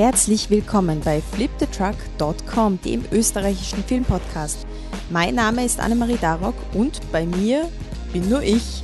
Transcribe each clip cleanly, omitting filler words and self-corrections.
Herzlich willkommen bei flipthetruck.com, dem österreichischen Filmpodcast. Mein Name ist Annemarie Darock und bei mir bin nur ich.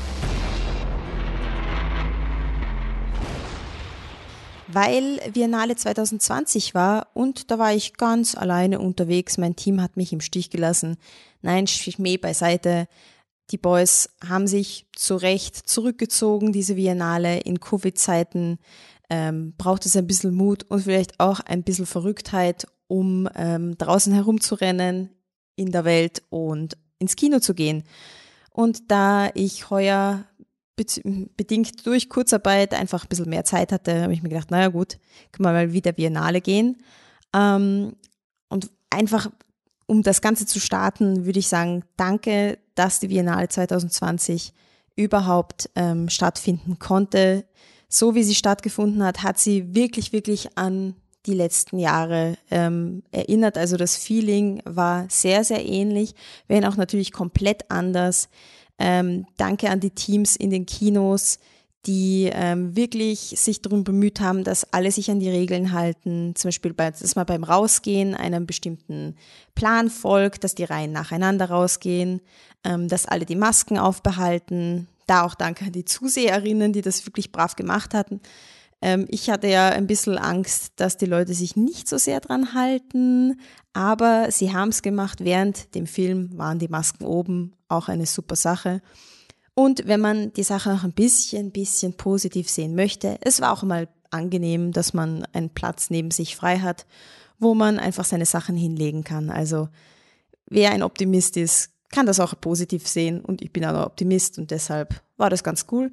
Weil Biennale 2020 war und da war ich ganz alleine unterwegs. Mein Team hat mich im Stich gelassen. Nein, Schmäh beiseite. Die Boys haben sich zu Recht zurückgezogen, diese Biennale. In Covid-Zeiten braucht es ein bisschen Mut und vielleicht auch ein bisschen Verrücktheit, um draußen herumzurennen in der Welt und ins Kino zu gehen. Und da ich heuer bedingt durch Kurzarbeit einfach ein bisschen mehr Zeit hatte, habe ich mir gedacht, naja gut, können wir mal wieder Biennale gehen. Und einfach, um das Ganze zu starten, würde ich sagen, danke, dass die Biennale 2020 überhaupt stattfinden konnte. So wie sie stattgefunden hat, hat sie wirklich, wirklich an die letzten Jahre erinnert. Also das Feeling war sehr, sehr ähnlich, wenn auch natürlich komplett anders. Danke an die Teams in den Kinos, die wirklich sich darum bemüht haben, dass alle sich an die Regeln halten. Zum Beispiel, dass man beim Rausgehen einem bestimmten Plan folgt, dass die Reihen nacheinander rausgehen, dass alle die Masken aufbehalten. Da auch danke an die Zuseherinnen, die das wirklich brav gemacht hatten. Ich hatte ja ein bisschen Angst, dass die Leute sich nicht so sehr dran halten, aber sie haben es gemacht. Während dem Film waren die Masken oben, auch eine super Sache. Und wenn man die Sache noch ein bisschen positiv sehen möchte, es war auch mal angenehm, dass man einen Platz neben sich frei hat, wo man einfach seine Sachen hinlegen kann. Also wer ein Optimist ist, kann das auch positiv sehen und ich bin auch ein Optimist und deshalb war das ganz cool.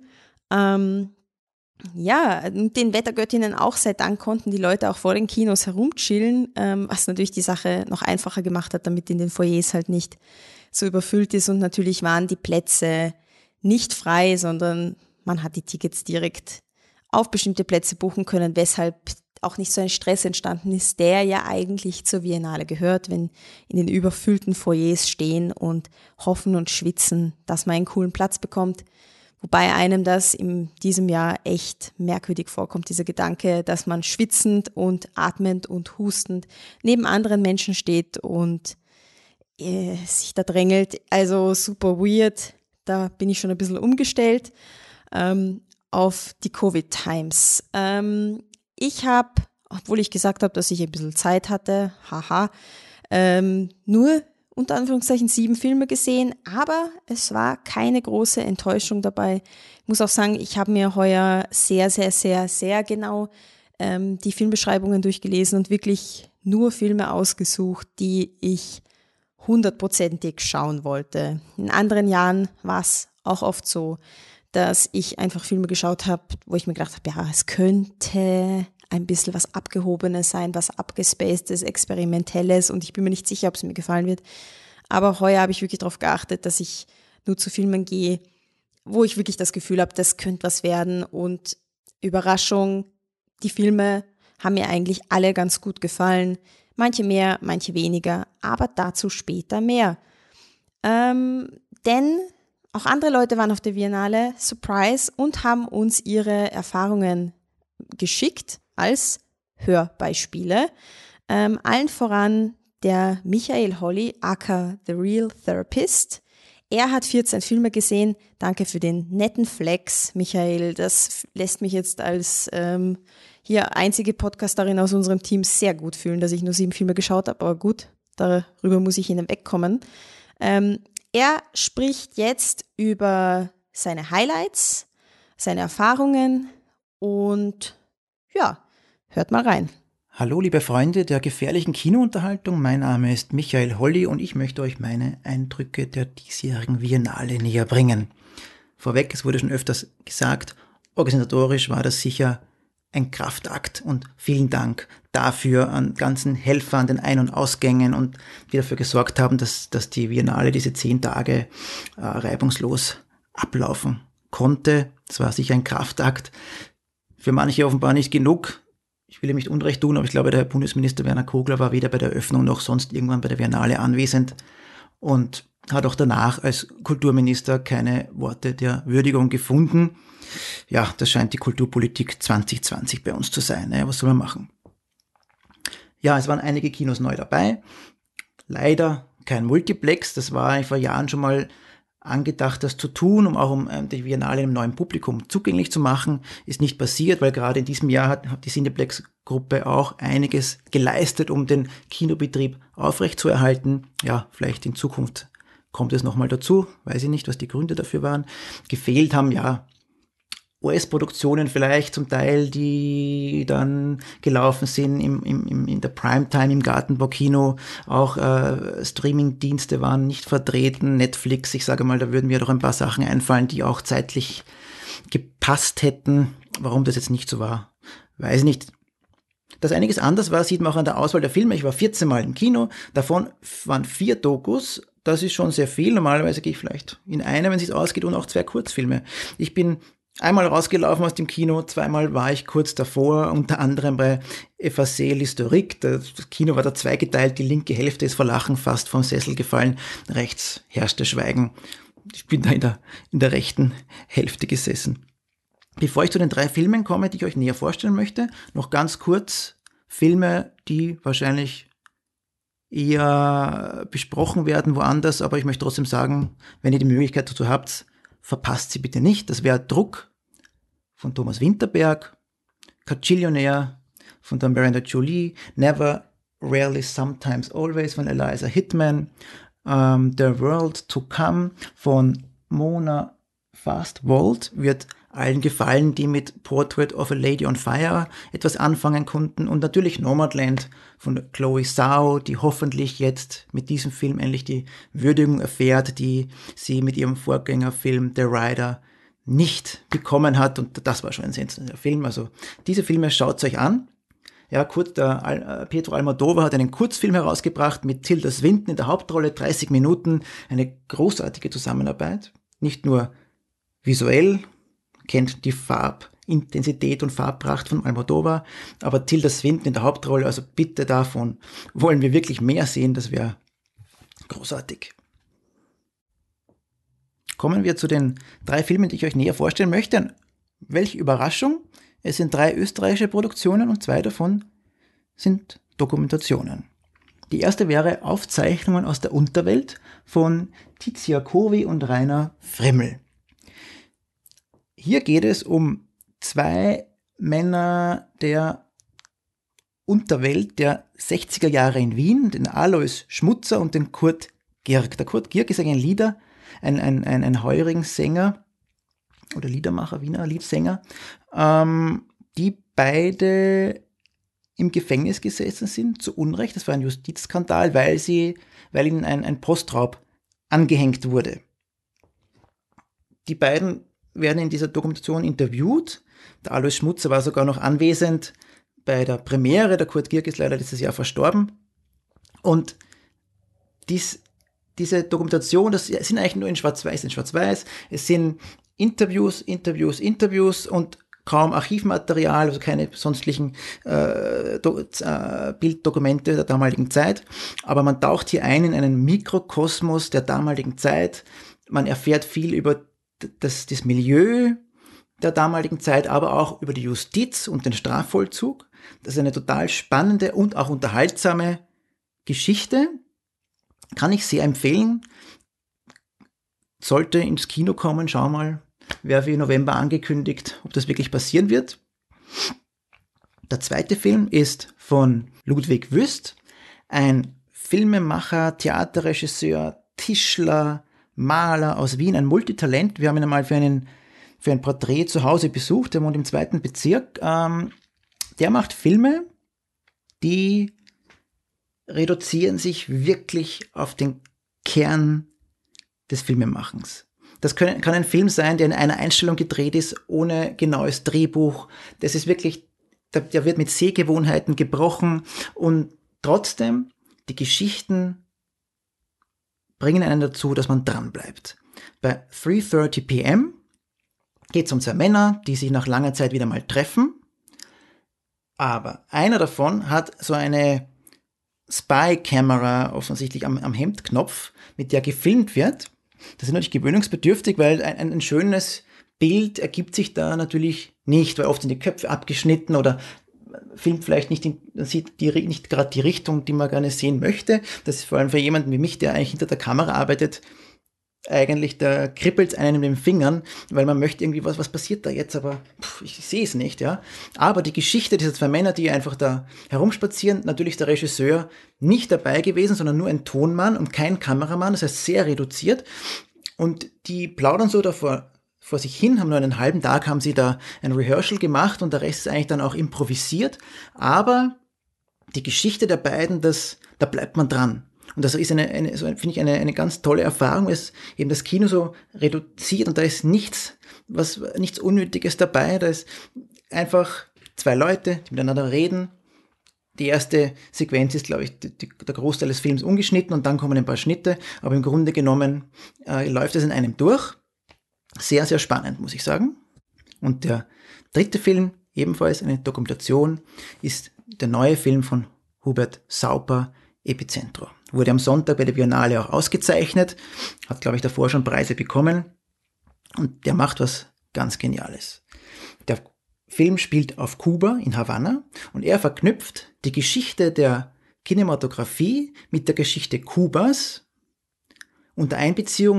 Ja, den Wettergöttinnen auch sei Dank konnten die Leute auch vor den Kinos herumchillen, was natürlich die Sache noch einfacher gemacht hat, damit in den Foyers halt nicht so überfüllt ist und natürlich waren die Plätze nicht frei, sondern man hat die Tickets direkt auf bestimmte Plätze buchen können, weshalb auch nicht so ein Stress entstanden ist, der ja eigentlich zur Biennale gehört, wenn in den überfüllten Foyers stehen und hoffen und schwitzen, dass man einen coolen Platz bekommt. Wobei einem das in diesem Jahr echt merkwürdig vorkommt, dieser Gedanke, dass man schwitzend und atmend und hustend neben anderen Menschen steht und sich da drängelt. Also super weird. Da bin ich schon ein bisschen umgestellt auf die Covid-Times. Ich habe, obwohl ich gesagt habe, dass ich ein bisschen Zeit hatte, nur unter Anführungszeichen 7 Filme gesehen, aber es war keine große Enttäuschung dabei. Ich muss auch sagen, ich habe mir heuer sehr, sehr, sehr, sehr genau die Filmbeschreibungen durchgelesen und wirklich nur Filme ausgesucht, die ich 100%ig schauen wollte. In anderen Jahren war es auch oft so, dass ich einfach Filme geschaut habe, wo ich mir gedacht habe, ja, es könnte ein bisschen was Abgehobenes sein, was Abgespacedes, Experimentelles und ich bin mir nicht sicher, ob es mir gefallen wird. Aber heuer habe ich wirklich darauf geachtet, dass ich nur zu Filmen gehe, wo ich wirklich das Gefühl habe, das könnte was werden und Überraschung, die Filme haben mir eigentlich alle ganz gut gefallen. Manche mehr, manche weniger, aber dazu später mehr. Denn auch andere Leute waren auf der Biennale, Surprise, und haben uns ihre Erfahrungen geschickt als Hörbeispiele. Allen voran der Michael Holly, aka The Real Therapist. Er hat 14 Filme gesehen. Danke für den netten Flex, Michael. Das lässt mich jetzt als hier einzige Podcasterin aus unserem Team sehr gut fühlen, dass ich nur 7 Filme geschaut habe. Aber gut, darüber muss ich hinwegkommen. Er spricht jetzt über seine Highlights, seine Erfahrungen und ja, hört mal rein. Hallo liebe Freunde der gefährlichen Kinounterhaltung, mein Name ist Michael Holly und ich möchte euch meine Eindrücke der diesjährigen Biennale näher bringen. Vorweg, es wurde schon öfters gesagt, organisatorisch war das sicher ein Kraftakt und vielen Dank dafür an ganzen Helfern an den Ein- und Ausgängen und die dafür gesorgt haben, dass die Biennale diese 10 Tage reibungslos ablaufen konnte. Das war sicher ein Kraftakt. Für manche offenbar nicht genug. Ich will ihm nicht Unrecht tun, aber ich glaube, der Herr Bundesminister Werner Kogler war weder bei der Eröffnung noch sonst irgendwann bei der Biennale anwesend und hat auch danach als Kulturminister keine Worte der Würdigung gefunden. Ja, das scheint die Kulturpolitik 2020 bei uns zu sein. Was soll man machen? Ja, es waren einige Kinos neu dabei. Leider kein Multiplex. Das war vor Jahren schon mal angedacht, das zu tun, um die Biennale einem neuen Publikum zugänglich zu machen. Ist nicht passiert, weil gerade in diesem Jahr hat die Cineplex-Gruppe auch einiges geleistet, um den Kinobetrieb aufrechtzuerhalten. Ja, vielleicht in Zukunft kommt es nochmal dazu. Weiß ich nicht, was die Gründe dafür waren. Gefehlt haben, ja, US-Produktionen vielleicht zum Teil, die dann gelaufen sind in der Primetime im Gartenbaukino. Auch Streaming-Dienste waren nicht vertreten. Netflix, ich sage mal, da würden mir doch ein paar Sachen einfallen, die auch zeitlich gepasst hätten. Warum das jetzt nicht so war, weiß ich nicht. Dass einiges anders war, sieht man auch an der Auswahl der Filme. Ich war 14 Mal im Kino, davon waren 4 Dokus. Das ist schon sehr viel. Normalerweise gehe ich vielleicht in eine, wenn es sich ausgeht, und auch 2 Kurzfilme. Ich bin einmal rausgelaufen aus dem Kino, 2-mal war ich kurz davor, unter anderem bei Effacé l'Historique. Das Kino war da zweigeteilt, die linke Hälfte ist vor Lachen fast vom Sessel gefallen, rechts herrschte Schweigen. Ich bin da in der rechten Hälfte gesessen. Bevor ich zu den 3 Filmen komme, die ich euch näher vorstellen möchte, noch ganz kurz Filme, die wahrscheinlich eher besprochen werden woanders, aber ich möchte trotzdem sagen, wenn ihr die Möglichkeit dazu habt, verpasst sie bitte nicht. Das wäre Druck von Thomas Winterberg, Cacillionaire von der Miranda Jolie, Never, Rarely, Sometimes, Always von Eliza Hittman, The World to Come von Mona Fastwold wird allen gefallen, die mit Portrait of a Lady on Fire etwas anfangen konnten, und natürlich Nomadland von Chloe Zhao, die hoffentlich jetzt mit diesem Film endlich die Würdigung erfährt, die sie mit ihrem Vorgängerfilm The Rider nicht bekommen hat, und das war schon ein sensationeller Film. Also diese Filme schaut euch an. Ja, Pedro Almodóvar hat einen Kurzfilm herausgebracht mit Tilda Swinton in der Hauptrolle, 30 Minuten, eine großartige Zusammenarbeit, nicht nur visuell, kennt die Farbintensität und Farbpracht von Almodóvar, aber Tilda Swinton in der Hauptrolle, also bitte, davon wollen wir wirklich mehr sehen, das wäre großartig. Kommen wir zu den 3 Filmen, die ich euch näher vorstellen möchte. Welche Überraschung, es sind 3 österreichische Produktionen und 2 davon sind Dokumentationen. Die erste wäre Aufzeichnungen aus der Unterwelt von Tizia Covi und Rainer Frimmel. Hier geht es um 2 Männer der Unterwelt der 60er Jahre in Wien, den Alois Schmutzer und den Kurt Girk. Der Kurt Girk ist ein Lieder, ein Heurigen-Sänger oder Liedermacher, Wiener Liedsänger, die beide im Gefängnis gesessen sind, zu Unrecht. Das war ein Justizskandal, weil ihnen ein Postraub angehängt wurde. Die beiden werden in dieser Dokumentation interviewt. Der Alois Schmutzer war sogar noch anwesend bei der Premiere. Der Kurt Girk ist leider dieses Jahr verstorben. Und diese Dokumentation, das sind eigentlich nur in Schwarz-Weiß. Es sind Interviews und kaum Archivmaterial, also keine sonstigen Bilddokumente der damaligen Zeit. Aber man taucht hier ein in einen Mikrokosmos der damaligen Zeit. Man erfährt viel über das Milieu der damaligen Zeit, aber auch über die Justiz und den Strafvollzug. Das ist eine total spannende und auch unterhaltsame Geschichte. Kann ich sehr empfehlen. Sollte ins Kino kommen, schau mal, wäre für November angekündigt, ob das wirklich passieren wird. Der zweite Film ist von Ludwig Wüst, ein Filmemacher, Theaterregisseur, Tischler, Maler aus Wien, ein Multitalent. Wir haben ihn einmal für ein Porträt zu Hause besucht, der wohnt im 2. Bezirk. Der macht Filme, die reduzieren sich wirklich auf den Kern des Filmemachens. Das kann ein Film sein, der in einer Einstellung gedreht ist, ohne genaues Drehbuch. Das ist wirklich, der wird mit Sehgewohnheiten gebrochen, und trotzdem, die Geschichten bringen einen dazu, dass man dranbleibt. Bei 3:30 p.m. geht es um 2 Männer, die sich nach langer Zeit wieder mal treffen. Aber einer davon hat so eine Spy-Camera offensichtlich am Hemdknopf, mit der gefilmt wird. Das ist natürlich gewöhnungsbedürftig, weil ein schönes Bild ergibt sich da natürlich nicht, weil oft sind die Köpfe abgeschnitten oder filmt vielleicht nicht, sieht nicht gerade die Richtung, die man gerne sehen möchte. Das ist vor allem für jemanden wie mich, der eigentlich hinter der Kamera arbeitet, eigentlich, da kribbelt es einem in den Fingern, weil man möchte irgendwie, was passiert da jetzt, aber ich sehe es nicht, ja. Aber die Geschichte dieser zwei Männer, die einfach da herumspazieren, natürlich der Regisseur nicht dabei gewesen, sondern nur ein Tonmann und kein Kameramann, das heißt sehr reduziert. Und die plaudern so davor vor sich hin, haben nur einen halben Tag, haben sie da ein Rehearsal gemacht und der Rest ist eigentlich dann auch improvisiert. Aber die Geschichte der beiden, da bleibt man dran. Und das ist finde ich eine ganz tolle Erfahrung, ist eben das Kino so reduziert und da ist nichts Unnötiges dabei. Da ist einfach zwei Leute, die miteinander reden. Die erste Sequenz ist, glaube ich, der Großteil des Films ungeschnitten und dann kommen ein paar Schnitte, aber im Grunde genommen läuft es in einem durch. Sehr, sehr spannend, muss ich sagen. Und der dritte Film, ebenfalls eine Dokumentation, ist der neue Film von Hubert Sauper, Epicentro. Wurde am Sonntag bei der Biennale auch ausgezeichnet, hat, glaube ich, davor schon Preise bekommen und der macht was ganz Geniales. Der Film spielt auf Kuba, in Havanna, und er verknüpft die Geschichte der Kinematografie mit der Geschichte Kubas unter Einbeziehung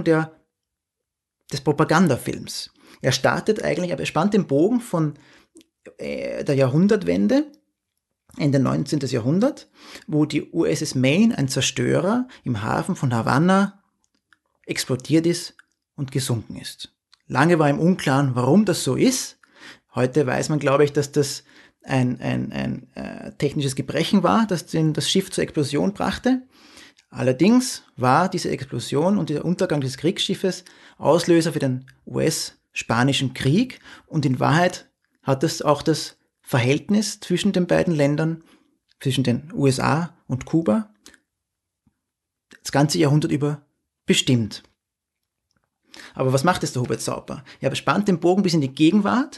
des Propagandafilms. Er spannt den Bogen von der Jahrhundertwende, Ende 19. Jahrhundert, wo die USS Maine, ein Zerstörer, im Hafen von Havanna explodiert ist und gesunken ist. Lange war im Unklaren, warum das so ist. Heute weiß man, glaube ich, dass das ein technisches Gebrechen war, das das Schiff zur Explosion brachte. Allerdings war diese Explosion und der Untergang des Kriegsschiffes Auslöser für den US-Spanischen Krieg und in Wahrheit hat es auch das Verhältnis zwischen den beiden Ländern, zwischen den USA und Kuba, das ganze Jahrhundert über bestimmt. Aber was macht jetzt der Hubert Sauper? Er bespannt den Bogen bis in die Gegenwart,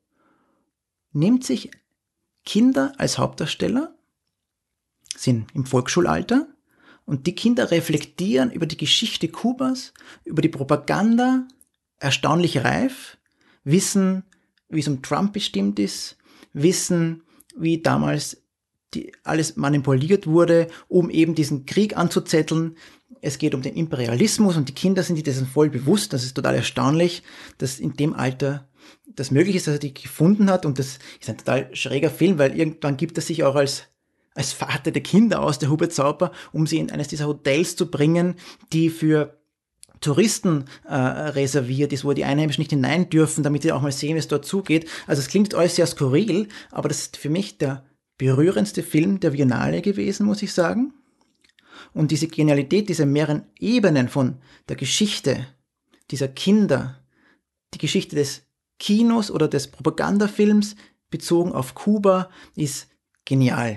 nimmt sich Kinder als Hauptdarsteller, sind im Volksschulalter und die Kinder reflektieren über die Geschichte Kubas, über die Propaganda, erstaunlich reif, wissen, wie es um Trump bestimmt ist, wissen, wie damals alles manipuliert wurde, um eben diesen Krieg anzuzetteln. Es geht um den Imperialismus und die Kinder sind sich dessen voll bewusst. Das ist total erstaunlich, dass in dem Alter das möglich ist, dass er die gefunden hat. Und das ist ein total schräger Film, weil irgendwann gibt er sich auch als Vater der Kinder aus, der Hubert Sauper, um sie in eines dieser Hotels zu bringen, die für Touristen reserviert ist, wo die Einheimischen nicht hinein dürfen, damit sie auch mal sehen, wie es dort zugeht. Also es klingt alles sehr skurril, aber das ist für mich der berührendste Film der Biennale gewesen, muss ich sagen. Und diese Genialität, diese mehreren Ebenen von der Geschichte dieser Kinder, die Geschichte des Kinos oder des Propagandafilms bezogen auf Kuba, ist genial.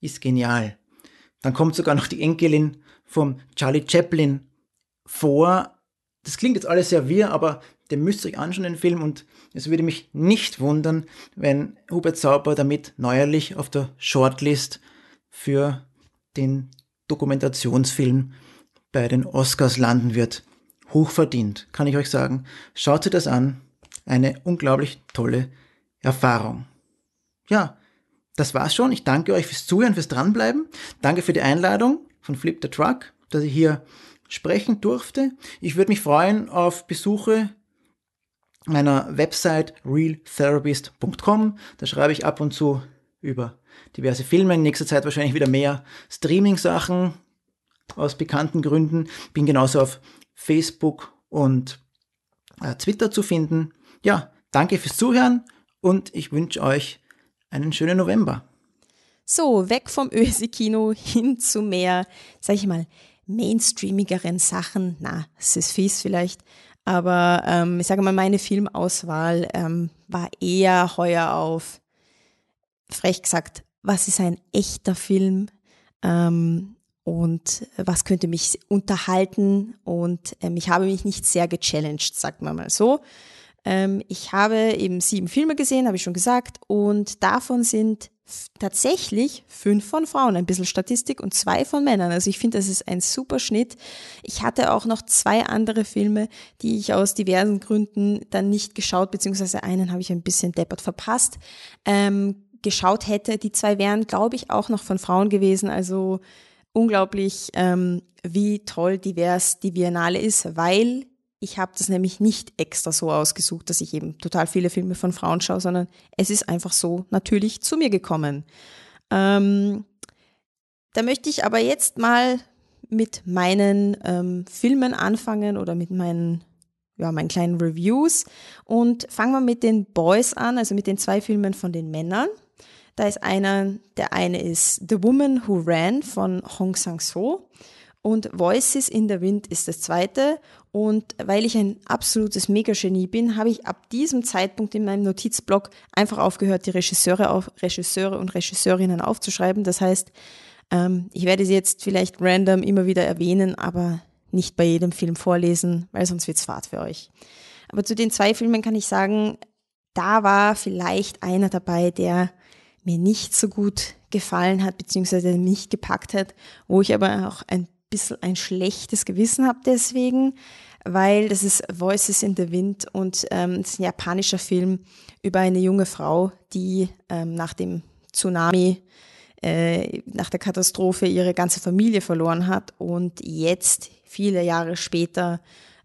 Dann kommt sogar noch die Enkelin vom Charlie Chaplin vor. Das klingt jetzt alles sehr wirr, aber den müsst ihr euch anschauen, den Film, und es würde mich nicht wundern, wenn Hubert Sauper damit neuerlich auf der Shortlist für den Dokumentationsfilm bei den Oscars landen wird. Hochverdient, kann ich euch sagen. Schaut euch das an. Eine unglaublich tolle Erfahrung. Ja, das war's schon. Ich danke euch fürs Zuhören, fürs Dranbleiben. Danke für die Einladung von Flip the Truck, dass ich hier sprechen durfte. Ich würde mich freuen auf Besuche meiner Website realtherapist.com. Da schreibe ich ab und zu über diverse Filme. In nächster Zeit wahrscheinlich wieder mehr Streaming-Sachen aus bekannten Gründen. Bin genauso auf Facebook und Twitter zu finden. Ja, danke fürs Zuhören und ich wünsche euch einen schönen November. So, weg vom Ösi-Kino hin zu mehr, sag ich mal, mainstreamigeren Sachen. Na, es ist fies vielleicht, aber ich sage mal, meine Filmauswahl war eher heuer auf, frech gesagt, was ist ein echter Film und was könnte mich unterhalten, und ich habe mich nicht sehr gechallenged, sagt man mal so. Ich habe eben 7 Filme gesehen, habe ich schon gesagt, und davon sind tatsächlich 5 von Frauen, ein bisschen Statistik, und 2 von Männern. Also ich finde, das ist ein super Schnitt. Ich hatte auch noch 2 andere Filme, die ich aus diversen Gründen dann nicht geschaut, beziehungsweise einen habe ich ein bisschen deppert verpasst. geschaut hätte. Die 2 wären, glaube ich, auch noch von Frauen gewesen. Also unglaublich, wie toll divers die Biennale ist, weil ich habe das nämlich nicht extra so ausgesucht, dass ich eben total viele Filme von Frauen schaue, sondern es ist einfach so natürlich zu mir gekommen. Da möchte ich aber jetzt mal mit meinen Filmen anfangen oder mit meinen kleinen Reviews und fangen wir mit den Boys an, also mit den 2 Filmen von den Männern. Da ist der eine ist The Woman Who Ran von Hong Sang-soo und Voices in the Wind ist das zweite. Und weil ich ein absolutes Megagenie bin, habe ich ab diesem Zeitpunkt in meinem Notizblock einfach aufgehört, die Regisseure und Regisseurinnen aufzuschreiben. Das heißt, ich werde sie jetzt vielleicht random immer wieder erwähnen, aber nicht bei jedem Film vorlesen, weil sonst wird's fad für euch. Aber zu den 2 Filmen kann ich sagen, da war vielleicht einer dabei, der mir nicht so gut gefallen hat, beziehungsweise nicht gepackt hat, wo ich aber auch ein bisschen ein schlechtes Gewissen habe deswegen, weil das ist Voices in the Wind und es ist ein japanischer Film über eine junge Frau, die nach dem Tsunami, nach der Katastrophe ihre ganze Familie verloren hat und jetzt, viele Jahre später,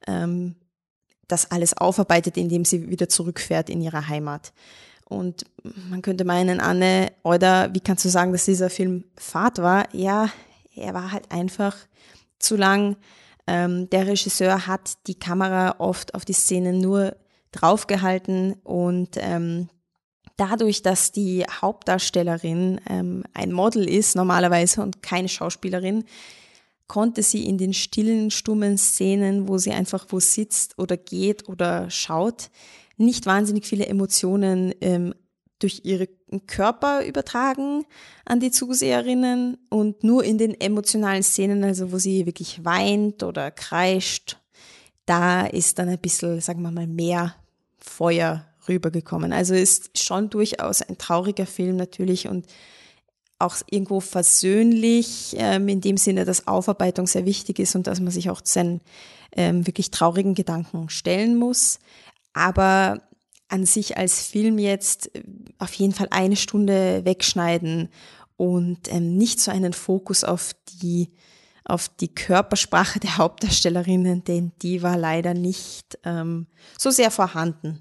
das alles aufarbeitet, indem sie wieder zurückfährt in ihre Heimat. Und man könnte meinen, Anne, oder wie kannst du sagen, dass dieser Film fad war? Ja, er war halt einfach zu lang. Der Regisseur hat die Kamera oft auf die Szenen nur draufgehalten und dadurch, dass die Hauptdarstellerin ein Model ist normalerweise und keine Schauspielerin, konnte sie in den stillen, stummen Szenen, wo sie einfach wo sitzt oder geht oder schaut, nicht wahnsinnig viele Emotionen durch ihren Körper übertragen an die Zuseherinnen und nur in den emotionalen Szenen, also wo sie wirklich weint oder kreischt, da ist dann ein bisschen, sagen wir mal, mehr Feuer rübergekommen. Also ist schon durchaus ein trauriger Film natürlich und auch irgendwo versöhnlich, in dem Sinne, dass Aufarbeitung sehr wichtig ist und dass man sich auch zu seinen wirklich traurigen Gedanken stellen muss. Aber an sich als Film jetzt auf jeden Fall 1 Stunde wegschneiden und nicht so einen Fokus auf die Körpersprache der Hauptdarstellerinnen, denn die war leider nicht so sehr vorhanden.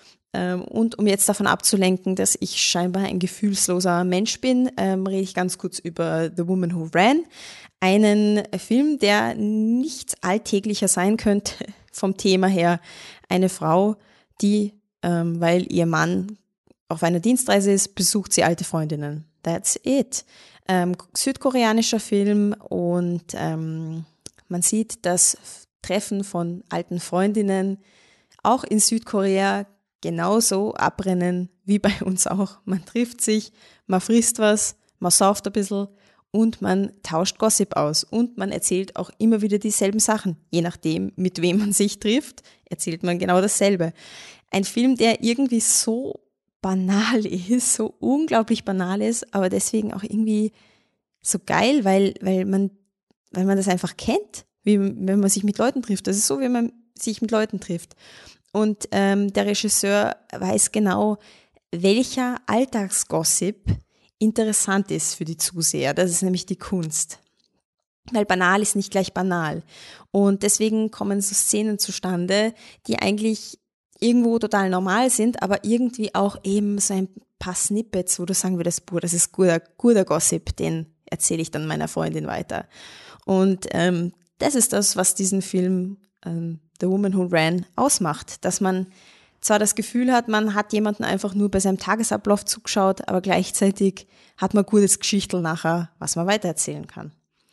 Und um jetzt davon abzulenken, dass ich scheinbar ein gefühlsloser Mensch bin, rede ich ganz kurz über The Woman Who Ran, einen Film, der nichts alltäglicher sein könnte vom Thema her. Eine Frau, die, weil ihr Mann auf einer Dienstreise ist, besucht sie alte Freundinnen. That's it. Südkoreanischer Film und man sieht das Treffen von alten Freundinnen auch in Südkorea genauso abrennen wie bei uns auch. Man trifft sich, man frisst was, man sauft ein bisschen und man tauscht Gossip aus und man erzählt auch immer wieder dieselben Sachen. Je nachdem, mit wem man sich trifft, erzählt man genau dasselbe. Ein Film, der irgendwie so banal ist, so unglaublich banal ist, aber deswegen auch irgendwie so geil, weil man das einfach kennt, wie wenn man sich mit Leuten trifft. Das ist so, wie man sich mit Leuten trifft. Und der Regisseur weiß genau, welcher Alltagsgossip interessant ist für die Zuseher. Das ist nämlich die Kunst. Weil banal ist nicht gleich banal. Und deswegen kommen so Szenen zustande, die eigentlich irgendwo total normal sind, aber irgendwie auch eben so ein paar Snippets, wo du sagen würdest, boah, das ist guter Gossip, den erzähle ich dann meiner Freundin weiter. Und das ist das, was diesen Film The Woman Who Ran ausmacht, dass man zwar das Gefühl hat, man hat jemanden einfach nur bei seinem Tagesablauf zugeschaut, aber gleichzeitig hat man gutes Geschichtel nachher, was man weitererzählen kann.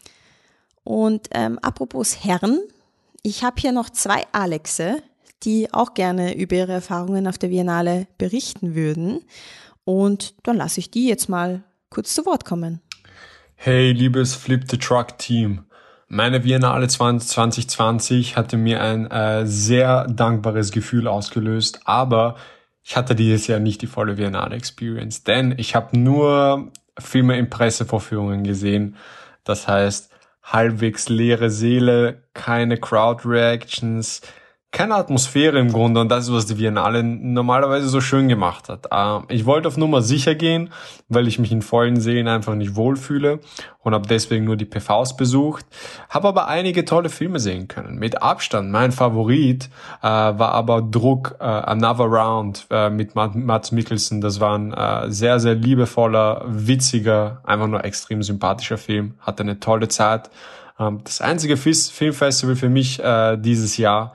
Und apropos Herren, ich habe hier noch 2 Alexe, die auch gerne über ihre Erfahrungen auf der Biennale berichten würden. Und dann lasse ich die jetzt mal kurz zu Wort kommen. Hey, liebes Flip the Truck Team. Meine Biennale 2020 hatte mir ein sehr dankbares Gefühl ausgelöst, aber ich hatte dieses Jahr nicht die volle Biennale Experience, denn ich habe nur Filme in Pressevorführungen gesehen. Das heißt, halbwegs leere Seele, keine Crowd Reactions, keine Atmosphäre im Grunde, und das ist, was die Biennale normalerweise so schön gemacht hat. Ich wollte auf Nummer sicher gehen, weil ich mich in vollen Sälen einfach nicht wohlfühle und habe deswegen nur die PVs besucht, habe aber einige tolle Filme sehen können. Mit Abstand mein Favorit war aber Druck, Another Round mit Mads Mikkelsen. Das war ein sehr, sehr liebevoller, witziger, einfach nur extrem sympathischer Film. Hatte eine tolle Zeit. Das einzige Filmfestival für mich dieses Jahr.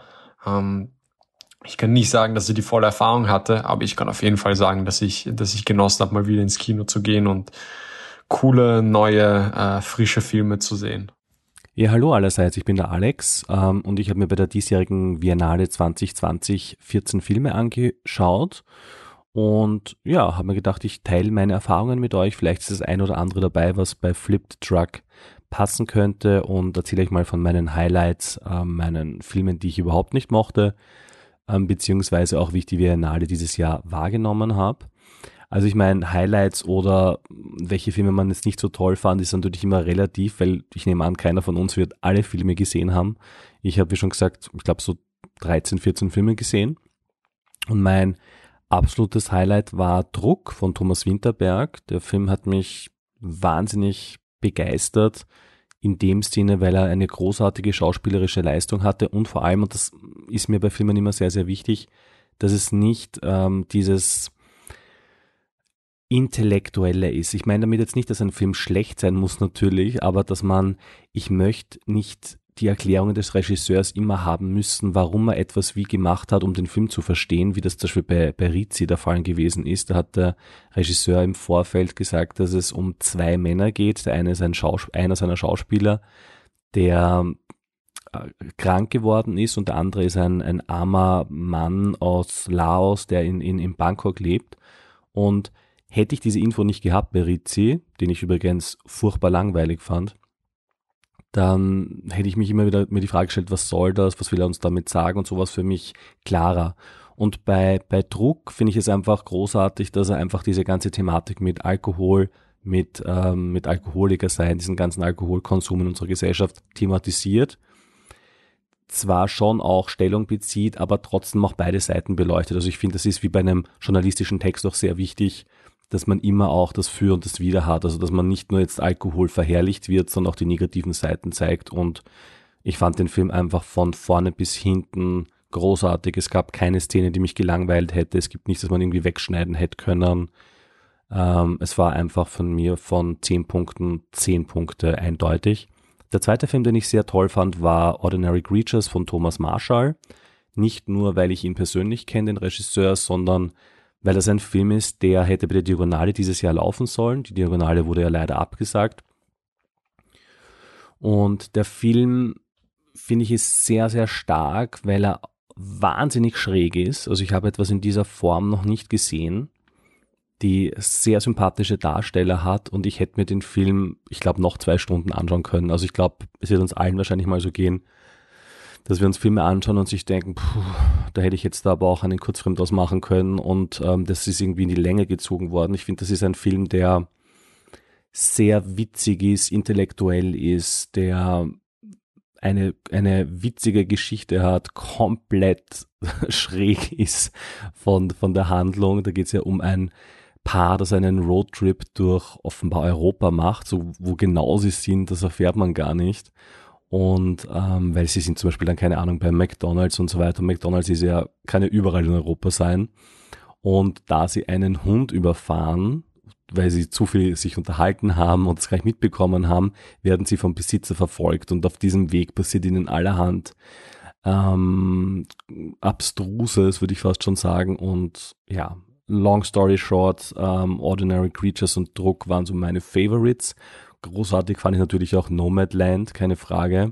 Ich kann nicht sagen, dass ich die volle Erfahrung hatte, aber ich kann auf jeden Fall sagen, dass ich genossen habe, mal wieder ins Kino zu gehen und coole, neue, frische Filme zu sehen. Ja, hallo allerseits, ich bin der Alex und ich habe mir bei der diesjährigen Biennale 2020 14 Filme angeschaut und ja, habe mir gedacht, ich teile meine Erfahrungen mit euch. Vielleicht ist das ein oder andere dabei, was bei Flipped Truck passen könnte, und erzähle euch mal von meinen Highlights, meinen Filmen, die ich überhaupt nicht mochte, beziehungsweise auch, wie ich die Biennale dieses Jahr wahrgenommen habe. Also ich meine, Highlights oder welche Filme man jetzt nicht so toll fand, ist natürlich immer relativ, weil ich nehme an, keiner von uns wird alle Filme gesehen haben. Ich habe, wie schon gesagt, ich glaube so 13, 14 Filme gesehen, und mein absolutes Highlight war Druck von Thomas Vinterberg. Der Film hat mich wahnsinnig begeistert, in dem Sinne, weil er eine großartige schauspielerische Leistung hatte und vor allem, und das ist mir bei Filmen immer sehr, sehr wichtig, dass es nicht dieses Intellektuelle ist. Ich meine damit jetzt nicht, dass ein Film schlecht sein muss natürlich, aber dass ich möchte nicht die Erklärungen des Regisseurs immer haben müssen, warum er etwas wie gemacht hat, um den Film zu verstehen, wie das zum Beispiel bei Rizzi der Fall gewesen ist. Da hat der Regisseur im Vorfeld gesagt, dass es um 2 Männer geht. Der eine ist einer seiner Schauspieler, der krank geworden ist, und der andere ist ein armer Mann aus Laos, der in Bangkok lebt. Und hätte ich diese Info nicht gehabt bei Rizzi, den ich übrigens furchtbar langweilig fand, dann hätte ich mich immer wieder mir die Frage gestellt, was soll das, was will er uns damit sagen, und sowas für mich klarer. Und bei Druck finde ich es einfach großartig, dass er einfach diese ganze Thematik mit Alkohol, mit Alkoholiker sein, diesen ganzen Alkoholkonsum in unserer Gesellschaft thematisiert. Zwar schon auch Stellung bezieht, aber trotzdem auch beide Seiten beleuchtet. Also ich finde, das ist wie bei einem journalistischen Text auch sehr wichtig, dass man immer auch das Für und das Wider hat. Also dass man nicht nur jetzt Alkohol verherrlicht wird, sondern auch die negativen Seiten zeigt. Und ich fand den Film einfach von vorne bis hinten großartig. Es gab keine Szene, die mich gelangweilt hätte. Es gibt nichts, das man irgendwie wegschneiden hätte können. Es war einfach von mir von 10 Punkten 10 Punkte eindeutig. Der zweite Film, den ich sehr toll fand, war Ordinary Creatures von Thomas Marshall. Nicht nur, weil ich ihn persönlich kenne, den Regisseur, sondern weil das ein Film ist, der hätte bei der Diagonale dieses Jahr laufen sollen. Die Diagonale wurde ja leider abgesagt. Und der Film, finde ich, ist sehr, sehr stark, weil er wahnsinnig schräg ist. Also ich habe etwas in dieser Form noch nicht gesehen, die sehr sympathische Darsteller hat, und ich hätte mir den Film, ich glaube, noch 2 Stunden anschauen können. Also ich glaube, es wird uns allen wahrscheinlich mal so gehen, dass wir uns Filme anschauen und sich denken, da hätte ich jetzt da aber auch einen Kurzfilm draus machen können, und das ist irgendwie in die Länge gezogen worden. Ich finde, das ist ein Film, der sehr witzig ist, intellektuell ist, der eine witzige Geschichte hat, komplett schräg ist von der Handlung. Da geht es ja um ein Paar, das einen Roadtrip durch offenbar Europa macht. So, wo genau sie sind, das erfährt man gar nicht. Und weil sie sind zum Beispiel dann, keine Ahnung, bei McDonald's und so weiter. McDonald's ist ja, kann ja überall in Europa sein. Und da sie einen Hund überfahren, weil sie zu viel sich unterhalten haben und es gar nicht mitbekommen haben, werden sie vom Besitzer verfolgt, und auf diesem Weg passiert ihnen allerhand Abstruses, würde ich fast schon sagen. Und ja, long story short, Ordinary Creatures und Druck waren so meine Favorites. Großartig fand ich natürlich auch Nomadland, keine Frage.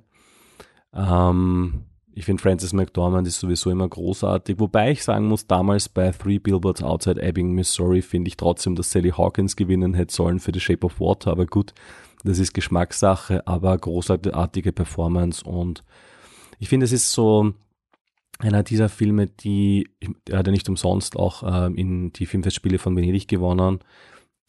Ich finde, Frances McDormand ist sowieso immer großartig. Wobei ich sagen muss, damals bei Three Billboards Outside Ebbing, Missouri, finde ich trotzdem, dass Sally Hawkins gewinnen hätte sollen für The Shape of Water. Aber gut, das ist Geschmackssache, aber großartige Performance. Und ich finde, es ist so einer dieser Filme, er hat ja nicht umsonst auch in die Filmfestspiele von Venedig gewonnen,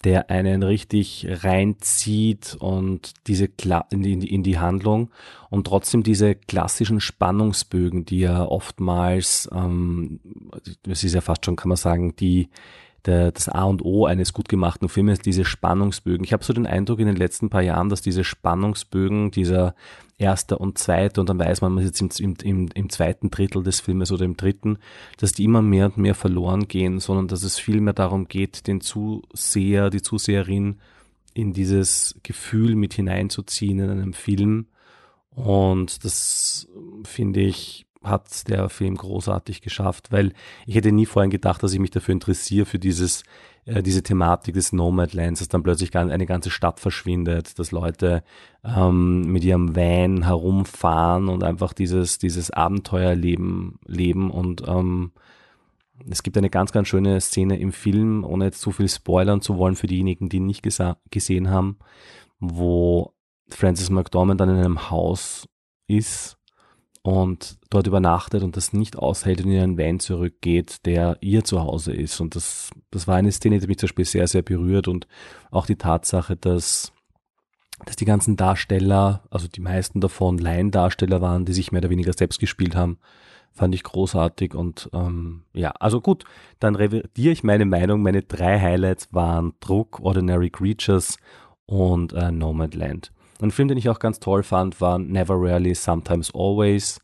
der einen richtig reinzieht und in die Handlung und trotzdem diese klassischen Spannungsbögen, die ja oftmals, das ist ja fast schon, kann man sagen, das A und O eines gut gemachten Filmes, diese Spannungsbögen. Ich habe so den Eindruck in den letzten paar Jahren, dass diese Spannungsbögen, dieser erste und zweite, und dann weiß man ist jetzt im zweiten Drittel des Filmes oder im dritten, dass die immer mehr und mehr verloren gehen, sondern dass es viel mehr darum geht, den Zuseher, die Zuseherin in dieses Gefühl mit hineinzuziehen in einem Film. Und das, finde ich, hat der Film großartig geschafft, weil ich hätte nie vorhin gedacht, dass ich mich dafür interessiere, für diese Thematik des Nomadlands, dass dann plötzlich eine ganze Stadt verschwindet, dass Leute mit ihrem Van herumfahren und einfach dieses Abenteuerleben leben. Und es gibt eine ganz, ganz schöne Szene im Film, ohne jetzt zu viel spoilern zu wollen für diejenigen, die ihn nicht gesehen haben, wo Frances McDormand dann in einem Haus ist und dort übernachtet und das nicht aushält und in ihren Van zurückgeht, der ihr Zuhause ist. Und das war eine Szene, die mich zum Beispiel sehr, sehr berührt, und auch die Tatsache, dass die ganzen Darsteller, also die meisten davon Laiendarsteller waren, die sich mehr oder weniger selbst gespielt haben, fand ich großartig. Und also gut, dann revidiere ich meine Meinung. Meine 3 Highlights waren Druck, Ordinary Creatures und Nomadland. Ein Film, den ich auch ganz toll fand, war Never Rarely, Sometimes Always.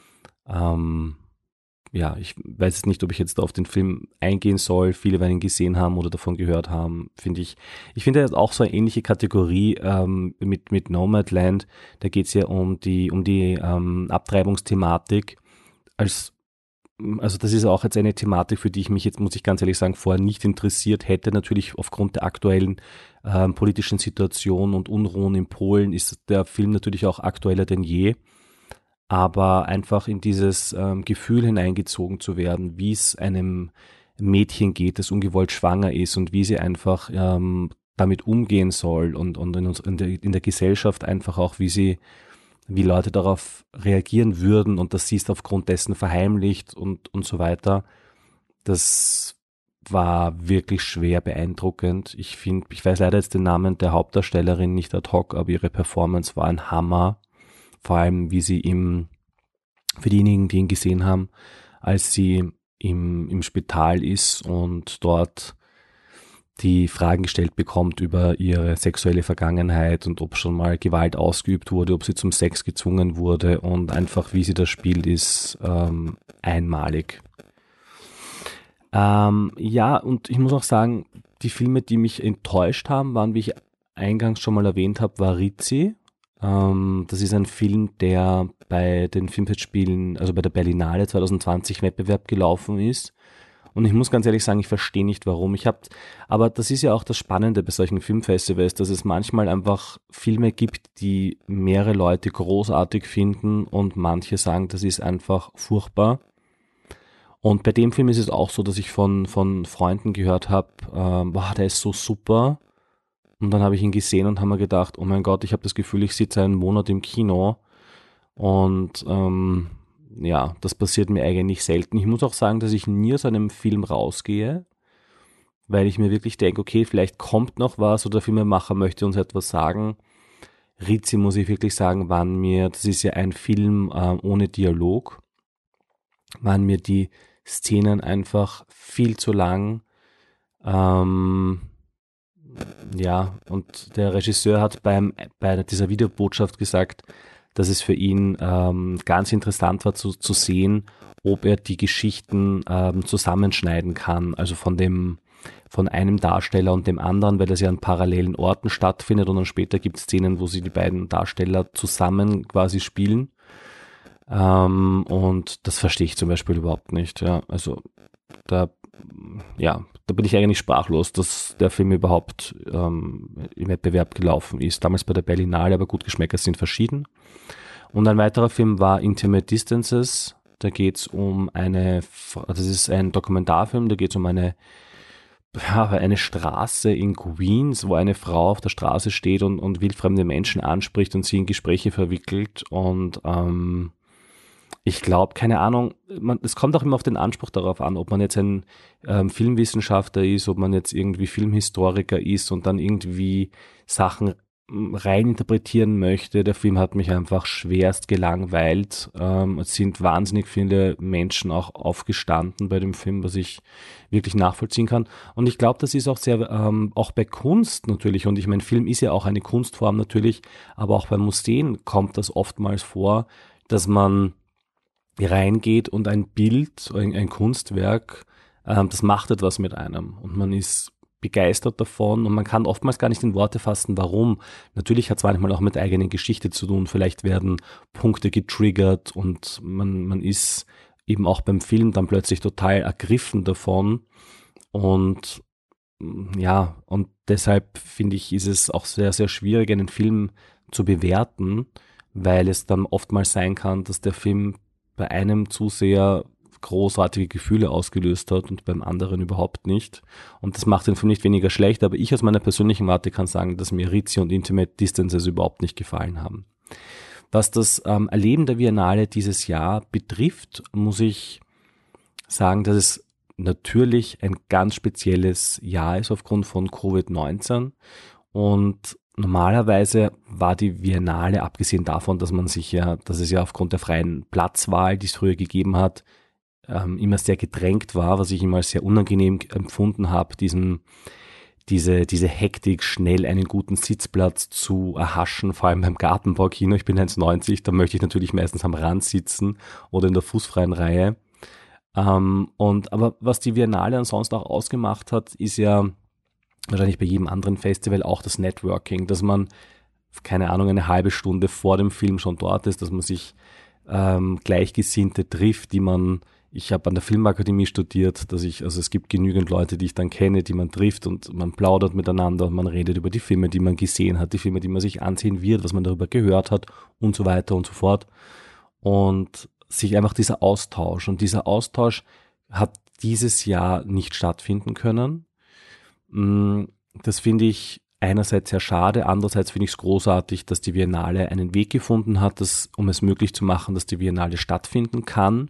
Ich weiß jetzt nicht, ob ich jetzt auf den Film eingehen soll. Viele werden ihn gesehen haben oder davon gehört haben, finde ich. Ich finde, er hat auch so eine ähnliche Kategorie mit Nomadland. Da geht es ja um die Abtreibungsthematik. Also das ist auch jetzt eine Thematik, für die ich mich jetzt, muss ich ganz ehrlich sagen, vorher nicht interessiert hätte. Natürlich aufgrund der aktuellen politischen Situation und Unruhen in Polen ist der Film natürlich auch aktueller denn je. Aber einfach in dieses Gefühl hineingezogen zu werden, wie es einem Mädchen geht, das ungewollt schwanger ist, und wie sie einfach damit umgehen soll, und in der Gesellschaft einfach auch, wie Leute darauf reagieren würden, und dass sie es aufgrund dessen verheimlicht und so weiter. Das war wirklich schwer beeindruckend. Ich weiß leider jetzt den Namen der Hauptdarstellerin nicht ad hoc, aber ihre Performance war ein Hammer. Vor allem, wie sie für diejenigen, die ihn gesehen haben, als sie im Spital ist und dort die Fragen gestellt bekommt über ihre sexuelle Vergangenheit und ob schon mal Gewalt ausgeübt wurde, ob sie zum Sex gezwungen wurde, und einfach wie sie das spielt, ist einmalig. Und ich muss auch sagen, die Filme, die mich enttäuscht haben, waren, wie ich eingangs schon mal erwähnt habe, war Rizzi. Das ist ein Film, der bei den Filmfestspielen, also bei der Berlinale 2020 Wettbewerb gelaufen ist. Und ich muss ganz ehrlich sagen, ich verstehe nicht, warum. Aber das ist ja auch das Spannende bei solchen Filmfestivals, dass es manchmal einfach Filme gibt, die mehrere Leute großartig finden und manche sagen, das ist einfach furchtbar. Und bei dem Film ist es auch so, dass ich von Freunden gehört habe, der ist so super. Und dann habe ich ihn gesehen und habe mir gedacht, oh mein Gott, ich habe das Gefühl, ich sitze einen Monat im Kino. Und das passiert mir eigentlich selten. Ich muss auch sagen, dass ich nie aus einem Film rausgehe, weil ich mir wirklich denke, okay, vielleicht kommt noch was oder der Filmemacher möchte uns etwas sagen. Rizzi, muss ich wirklich sagen, das ist ja ein Film ohne Dialog, waren mir die Szenen einfach viel zu lang. Und der Regisseur hat bei dieser Videobotschaft gesagt, dass es für ihn ganz interessant war zu sehen, ob er die Geschichten zusammenschneiden kann, also von einem Darsteller und dem anderen, weil das ja an parallelen Orten stattfindet, und dann später gibt es Szenen, wo sie die beiden Darsteller zusammen quasi spielen. Und das verstehe ich zum Beispiel überhaupt nicht. Ja, also da bin ich eigentlich sprachlos, dass der Film überhaupt im Wettbewerb gelaufen ist. Damals bei der Berlinale, aber gut, Geschmäcker sind verschieden. Und ein weiterer Film war Intimate Distances. Da geht es das ist ein Dokumentarfilm, da geht es um eine Straße in Queens, wo eine Frau auf der Straße steht und wildfremde Menschen anspricht und sie in Gespräche verwickelt. Und Ich glaube, keine Ahnung, es kommt auch immer auf den Anspruch darauf an, ob man jetzt ein Filmwissenschaftler ist, ob man jetzt irgendwie Filmhistoriker ist und dann irgendwie Sachen rein interpretieren möchte. Der Film hat mich einfach schwerst gelangweilt. Es sind wahnsinnig viele Menschen auch aufgestanden bei dem Film, was ich wirklich nachvollziehen kann. Und ich glaube, das ist auch sehr, auch bei Kunst natürlich, und ich meine, Film ist ja auch eine Kunstform natürlich, aber auch bei Museen kommt das oftmals vor, dass man reingeht und ein Bild, ein Kunstwerk, das macht etwas mit einem und man ist begeistert davon und man kann oftmals gar nicht in Worte fassen, warum. Natürlich hat es manchmal auch mit der eigenen Geschichte zu tun, vielleicht werden Punkte getriggert und man ist eben auch beim Film dann plötzlich total ergriffen davon und ja, und deshalb finde ich, ist es auch sehr, sehr schwierig, einen Film zu bewerten, weil es dann oftmals sein kann, dass der Film bei einem Zuseher großartige Gefühle ausgelöst hat und beim anderen überhaupt nicht. Und das macht den Film nicht weniger schlecht, aber ich aus meiner persönlichen Warte kann sagen, dass mir Rizzi und Intimate Distances überhaupt nicht gefallen haben. Was das Erleben der Biennale dieses Jahr betrifft, muss ich sagen, dass es natürlich ein ganz spezielles Jahr ist aufgrund von Covid-19 und normalerweise war die Biennale, abgesehen davon, dass es ja aufgrund der freien Platzwahl, die es früher gegeben hat, immer sehr gedrängt war, was ich immer als sehr unangenehm empfunden habe, diese Hektik, schnell einen guten Sitzplatz zu erhaschen, vor allem beim Gartenbaukino. Ich bin 1,90, da möchte ich natürlich meistens am Rand sitzen oder in der fußfreien Reihe. Aber was die Biennale ansonsten auch ausgemacht hat, ist ja wahrscheinlich bei jedem anderen Festival auch das Networking, dass man, keine Ahnung, eine halbe Stunde vor dem Film schon dort ist, dass man sich Gleichgesinnte trifft, ich habe an der Filmakademie studiert, also es gibt genügend Leute, die ich dann kenne, die man trifft und man plaudert miteinander und man redet über die Filme, die man gesehen hat, die Filme, die man sich ansehen wird, was man darüber gehört hat und so weiter und so fort. Und sich einfach dieser Austausch hat dieses Jahr nicht stattfinden können. Das finde ich einerseits sehr schade, andererseits finde ich es großartig, dass die Biennale einen Weg gefunden hat, um es möglich zu machen, dass die Biennale stattfinden kann.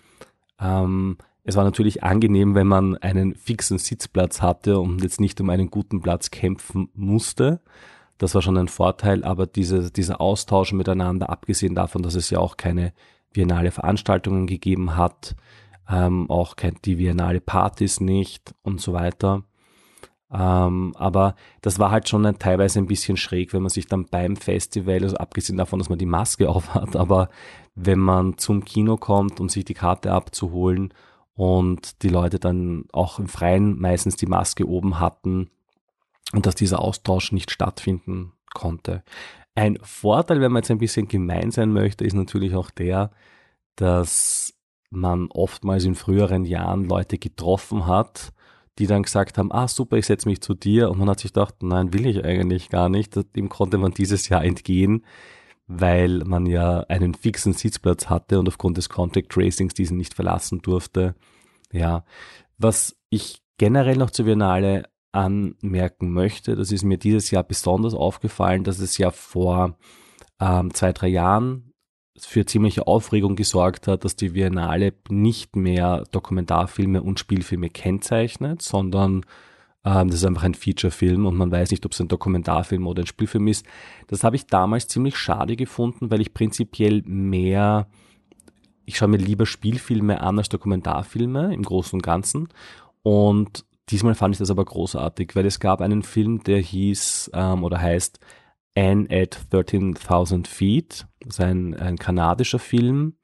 Es war natürlich angenehm, wenn man einen fixen Sitzplatz hatte und jetzt nicht um einen guten Platz kämpfen musste. Das war schon ein Vorteil, aber dieser Austausch miteinander, abgesehen davon, dass es ja auch keine Biennale Veranstaltungen gegeben hat, auch die Biennale Partys nicht und so weiter. Aber das war halt schon teilweise ein bisschen schräg, wenn man sich dann beim Festival, also abgesehen davon, dass man die Maske auf hat, aber wenn man zum Kino kommt, um sich die Karte abzuholen und die Leute dann auch im Freien meistens die Maske oben hatten und dass dieser Austausch nicht stattfinden konnte. Ein Vorteil, wenn man jetzt ein bisschen gemein sein möchte, ist natürlich auch der, dass man oftmals in früheren Jahren Leute getroffen hat, die dann gesagt haben, super, ich setze mich zu dir. Und man hat sich gedacht, nein, will ich eigentlich gar nicht. Dem konnte man dieses Jahr entgehen, weil man ja einen fixen Sitzplatz hatte und aufgrund des Contact Tracings diesen nicht verlassen durfte. Ja, was ich generell noch zur Biennale anmerken möchte, das ist mir dieses Jahr besonders aufgefallen, dass es ja vor 2-3 Jahren für ziemliche Aufregung gesorgt hat, dass die Biennale nicht mehr Dokumentarfilme und Spielfilme kennzeichnet, sondern das ist einfach ein Featurefilm und man weiß nicht, ob es ein Dokumentarfilm oder ein Spielfilm ist. Das habe ich damals ziemlich schade gefunden, weil ich prinzipiell ich schaue mir lieber Spielfilme an als Dokumentarfilme im Großen und Ganzen. Und diesmal fand ich das aber großartig, weil es gab einen Film, der hieß oder heißt Anne at 13,000 Feet. Das ist ein kanadischer Film,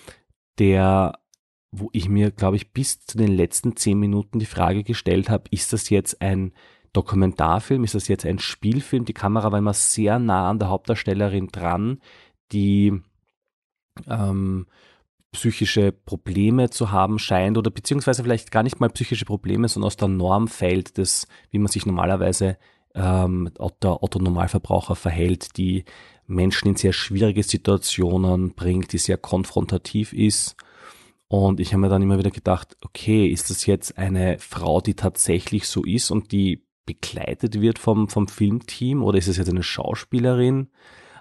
wo ich mir, glaube ich, bis zu den letzten 10 Minuten die Frage gestellt habe, ist das jetzt ein Dokumentarfilm, ist das jetzt ein Spielfilm? Die Kamera war immer sehr nah an der Hauptdarstellerin dran, die psychische Probleme zu haben scheint oder beziehungsweise vielleicht gar nicht mal psychische Probleme, sondern aus der Norm fällt, wie man sich normalerweise der Otto-Normalverbraucher verhält, die Menschen in sehr schwierige Situationen bringt, die sehr konfrontativ ist. Und ich habe mir dann immer wieder gedacht, okay, ist das jetzt eine Frau, die tatsächlich so ist und die begleitet wird vom Filmteam oder ist es jetzt eine Schauspielerin?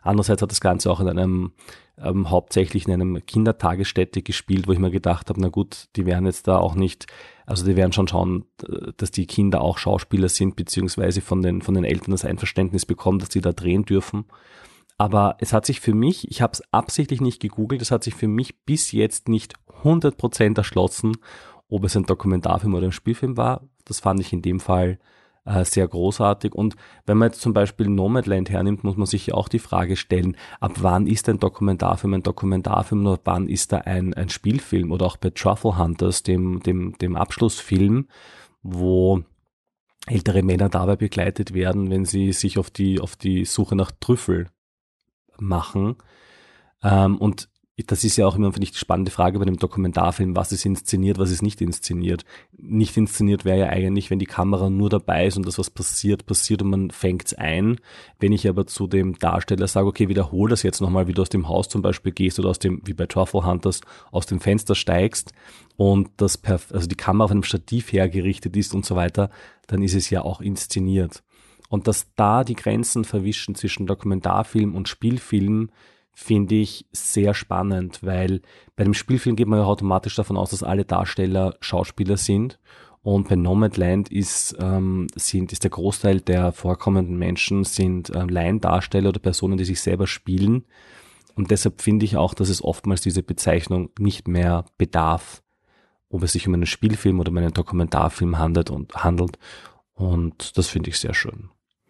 Andererseits hat das Ganze auch in einem hauptsächlich in einem Kindertagesstätte gespielt, wo ich mir gedacht habe, na gut, die werden jetzt da auch nicht, also die werden schon schauen, dass die Kinder auch Schauspieler sind, beziehungsweise von den Eltern das Einverständnis bekommen, dass sie da drehen dürfen. Aber es hat sich für mich, ich habe es absichtlich nicht gegoogelt, es hat sich für mich bis jetzt nicht 100% erschlossen, ob es ein Dokumentarfilm oder ein Spielfilm war. Das fand ich in dem Fall sehr großartig. Und wenn man jetzt zum Beispiel Nomadland hernimmt, muss man sich ja auch die Frage stellen, ab wann ist ein Dokumentarfilm oder wann ist da ein Spielfilm? Oder auch bei Truffle Hunters, dem Abschlussfilm, wo ältere Männer dabei begleitet werden, wenn sie sich auf die Suche nach Trüffel machen. Und das ist ja auch immer, finde ich, die spannende Frage bei dem Dokumentarfilm, was ist inszeniert, was ist nicht inszeniert. Nicht inszeniert wäre ja eigentlich, wenn die Kamera nur dabei ist und das, was passiert und man fängt's ein. Wenn ich aber zu dem Darsteller sage, okay, wiederhol das jetzt nochmal, wie du aus dem Haus zum Beispiel gehst oder wie bei Truffle Hunters, aus dem Fenster steigst und also die Kamera von dem Stativ hergerichtet ist und so weiter, dann ist es ja auch inszeniert. Und dass da die Grenzen verwischen zwischen Dokumentarfilm und Spielfilm, finde ich sehr spannend, weil bei dem Spielfilm geht man ja automatisch davon aus, dass alle Darsteller Schauspieler sind. Und bei Nomadland ist der Großteil der vorkommenden Menschen sind Laiendarsteller oder Personen, die sich selber spielen. Und deshalb finde ich auch, dass es oftmals diese Bezeichnung nicht mehr bedarf, ob es sich um einen Spielfilm oder um einen Dokumentarfilm handelt. Und das finde ich sehr schön.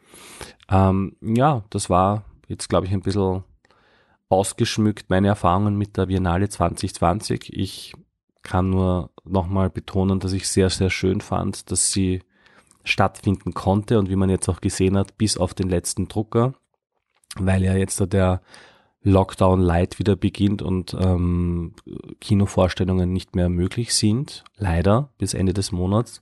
Das war jetzt, glaube ich, ein bisschen ausgeschmückt meine Erfahrungen mit der Biennale 2020. Ich kann nur nochmal betonen, dass ich sehr, sehr schön fand, dass sie stattfinden konnte und wie man jetzt auch gesehen hat, bis auf den letzten Drucker, weil ja jetzt der Lockdown Light wieder beginnt und Kinovorstellungen nicht mehr möglich sind, leider bis Ende des Monats.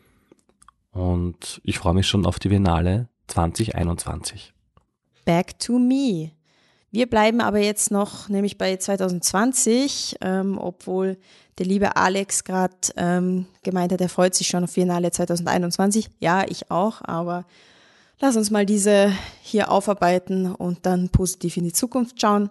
Und ich freue mich schon auf die Biennale 2021. Back to me. Wir bleiben aber jetzt noch nämlich bei 2020, obwohl der liebe Alex gerade gemeint hat, er freut sich schon auf Biennale 2021. Ja, ich auch, aber lass uns mal diese hier aufarbeiten und dann positiv in die Zukunft schauen.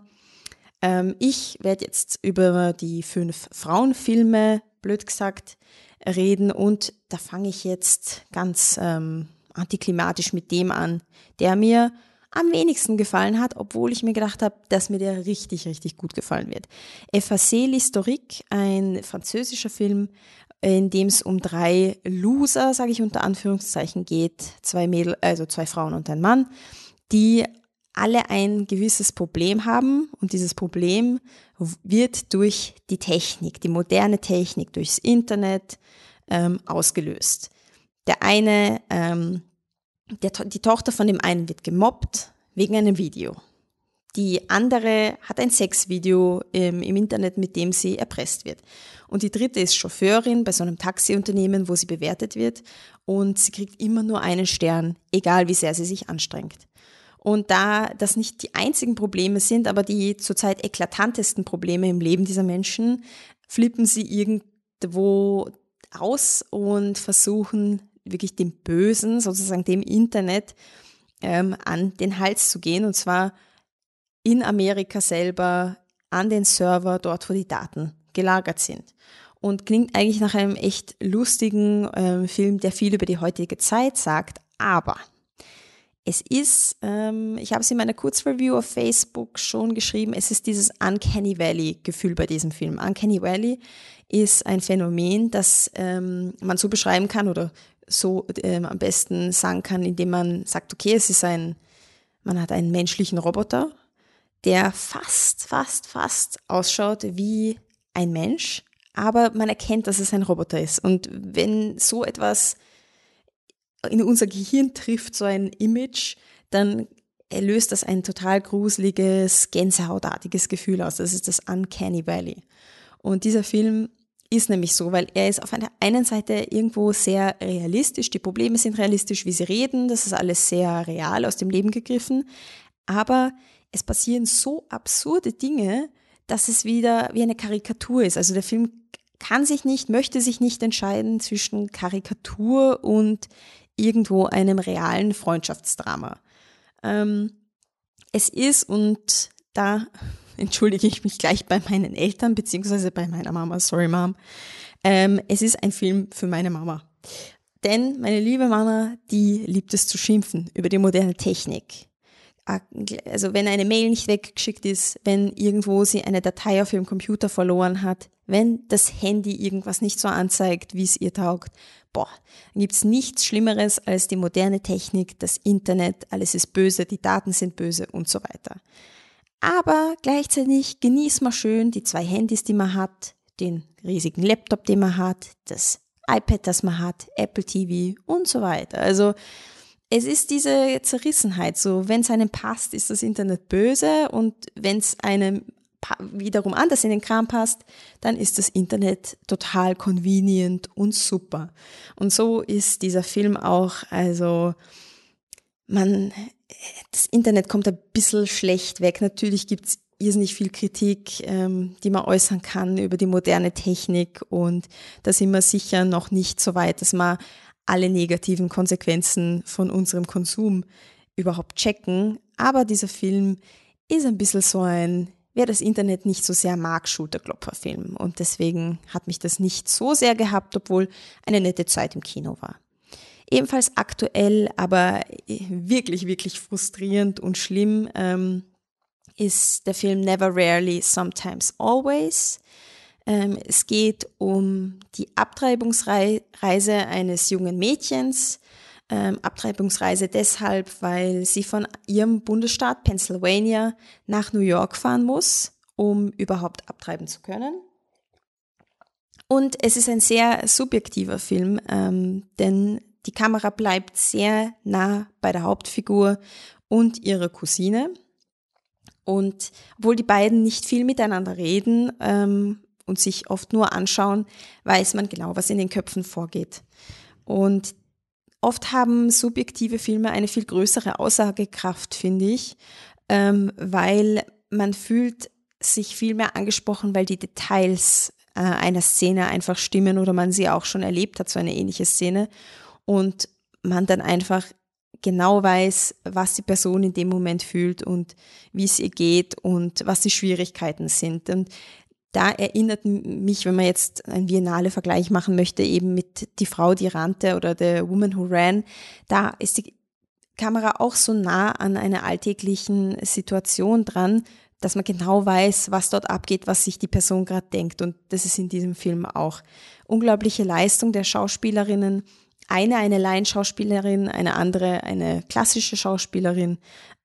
Ich werde jetzt über die 5 Frauenfilme, blöd gesagt, reden und da fange ich jetzt ganz antiklimatisch mit dem an, der mir am wenigsten gefallen hat, obwohl ich mir gedacht habe, dass mir der richtig, richtig gut gefallen wird. Effacé l'historique, ein französischer Film, in dem es um 3 Loser, sage ich unter Anführungszeichen, geht, 2 Frauen und ein Mann, die alle ein gewisses Problem haben und dieses Problem wird durch die Technik, die moderne Technik, durchs Internet ausgelöst. Der eine die Tochter von dem einen wird gemobbt wegen einem Video. Die andere hat ein Sexvideo im Internet, mit dem sie erpresst wird. Und die dritte ist Chauffeurin bei so einem Taxiunternehmen, wo sie bewertet wird und sie kriegt immer nur einen Stern, egal wie sehr sie sich anstrengt. Und da das nicht die einzigen Probleme sind, aber die zurzeit eklatantesten Probleme im Leben dieser Menschen, flippen sie irgendwo aus und versuchen wirklich dem Bösen, sozusagen dem Internet, an den Hals zu gehen, und zwar in Amerika selber an den Server, dort wo die Daten gelagert sind. Und klingt eigentlich nach einem echt lustigen Film, der viel über die heutige Zeit sagt, aber es ist, ich habe es in meiner Kurzreview auf Facebook schon geschrieben, es ist dieses Uncanny Valley-Gefühl bei diesem Film. Uncanny Valley ist ein Phänomen, das man so beschreiben kann oder so am besten sagen kann, indem man sagt, okay, man hat einen menschlichen Roboter, der fast ausschaut wie ein Mensch, aber man erkennt, dass es ein Roboter ist. Und wenn so etwas in unser Gehirn trifft, so ein Image, dann löst das ein total gruseliges, gänsehautartiges Gefühl aus. Das ist das Uncanny Valley. Und dieser Film ist nämlich so, weil er ist auf einer einen Seite irgendwo sehr realistisch, die Probleme sind realistisch, wie sie reden, das ist alles sehr real aus dem Leben gegriffen, aber es passieren so absurde Dinge, dass es wieder wie eine Karikatur ist. Also der Film möchte sich nicht entscheiden zwischen Karikatur und irgendwo einem realen Freundschaftsdrama. Es ist, und da entschuldige ich mich gleich bei meinen Eltern, beziehungsweise bei meiner Mama, sorry Mom, es ist ein Film für meine Mama. Denn meine liebe Mama, die liebt es zu schimpfen über die moderne Technik. Also wenn eine Mail nicht weggeschickt ist, wenn irgendwo sie eine Datei auf ihrem Computer verloren hat, wenn das Handy irgendwas nicht so anzeigt, wie es ihr taugt, dann gibt's nichts Schlimmeres als die moderne Technik, das Internet, alles ist böse, die Daten sind böse und so weiter. Aber gleichzeitig genießt man schön die 2 Handys, die man hat, den riesigen Laptop, den man hat, das iPad, das man hat, Apple TV und so weiter. Also es ist diese Zerrissenheit, so wenn es einem passt, ist das Internet böse, und wenn es einem wiederum anders in den Kram passt, dann ist das Internet total convenient und super. Und so ist dieser Film auch, also das Internet kommt ein bisschen schlecht weg. Natürlich gibt's irrsinnig viel Kritik, die man äußern kann über die moderne Technik, und da sind wir sicher noch nicht so weit, dass wir alle negativen Konsequenzen von unserem Konsum überhaupt checken. Aber dieser Film ist ein bisschen so ein, wer das Internet nicht so sehr mag, Schulterklopferfilm. Und deswegen hat mich das nicht so sehr gehabt, obwohl eine nette Zeit im Kino war. Ebenfalls aktuell, aber wirklich, wirklich frustrierend und schlimm, ist der Film Never, Rarely, Sometimes, Always. Es geht um die Abtreibungsreise eines jungen Mädchens. Abtreibungsreise deshalb, weil sie von ihrem Bundesstaat Pennsylvania nach New York fahren muss, um überhaupt abtreiben zu können. Und es ist ein sehr subjektiver Film, denn die Kamera bleibt sehr nah bei der Hauptfigur und ihrer Cousine. Und obwohl die beiden nicht viel miteinander reden und sich oft nur anschauen, weiß man genau, was in den Köpfen vorgeht. Und oft haben subjektive Filme eine viel größere Aussagekraft, finde ich, weil man fühlt sich viel mehr angesprochen, weil die Details einer Szene einfach stimmen oder man sie auch schon erlebt hat, so eine ähnliche Szene, und man dann einfach genau weiß, was die Person in dem Moment fühlt und wie es ihr geht und was die Schwierigkeiten sind. Und da erinnert mich, wenn man jetzt einen Viennale-Vergleich machen möchte, eben mit Die Frau, die rannte oder The Woman Who Ran, da ist die Kamera auch so nah an einer alltäglichen Situation dran, dass man genau weiß, was dort abgeht, was sich die Person gerade denkt. Und das ist in diesem Film auch. Unglaubliche Leistung der Schauspielerinnen. Eine Laienschauspielerin, eine andere eine klassische Schauspielerin.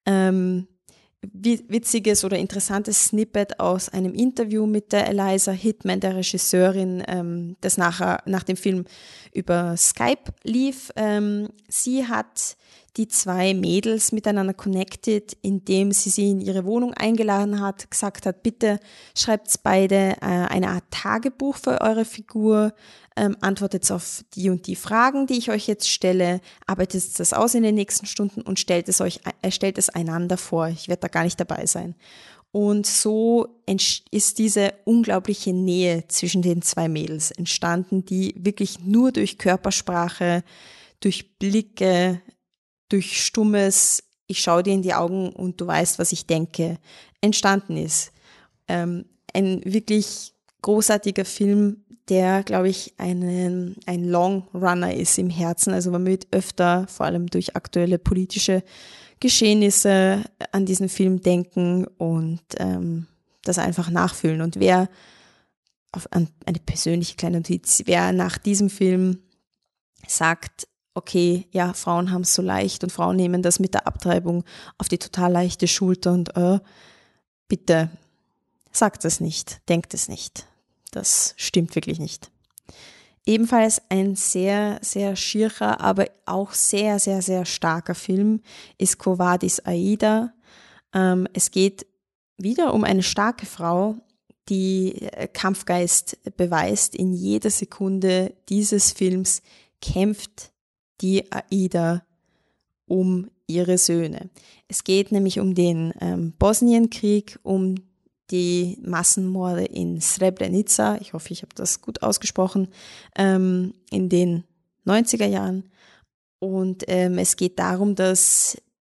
Witziges oder interessantes Snippet aus einem Interview mit der Eliza Hittman, der Regisseurin, das nach dem Film über Skype lief. Sie hat die 2 Mädels miteinander connected, indem sie in ihre Wohnung eingeladen hat, gesagt hat, bitte schreibt beide eine Art Tagebuch für eure Figur, antwortet auf die und die Fragen, die ich euch jetzt stelle, arbeitet das aus in den nächsten Stunden und stellt es einander vor. Ich werde da gar nicht dabei sein. Und so ist diese unglaubliche Nähe zwischen den 2 Mädels entstanden, die wirklich nur durch Körpersprache, durch Blicke, durch stummes, ich schaue dir in die Augen und du weißt, was ich denke, entstanden ist. Ein wirklich großartiger Film, der, glaube ich, ein Long Runner ist im Herzen. Also man wird öfter, vor allem durch aktuelle politische Geschehnisse, an diesen Film denken und das einfach nachfühlen. Und wer, eine persönliche kleine Notiz, wer nach diesem Film sagt, okay, ja, Frauen haben es so leicht und Frauen nehmen das mit der Abtreibung auf die total leichte Schulter und bitte sagt es nicht, denkt es nicht. Das stimmt wirklich nicht. Ebenfalls ein sehr, sehr schierer, aber auch sehr, sehr, sehr starker Film ist Quo Vadis Aida. Es geht wieder um eine starke Frau, die Kampfgeist beweist. In jeder Sekunde dieses Films kämpft die Aida um ihre Söhne. Es geht nämlich um den Bosnienkrieg, um die Massenmorde in Srebrenica, ich hoffe, ich habe das gut ausgesprochen, in den 90er Jahren. Und es geht darum, dass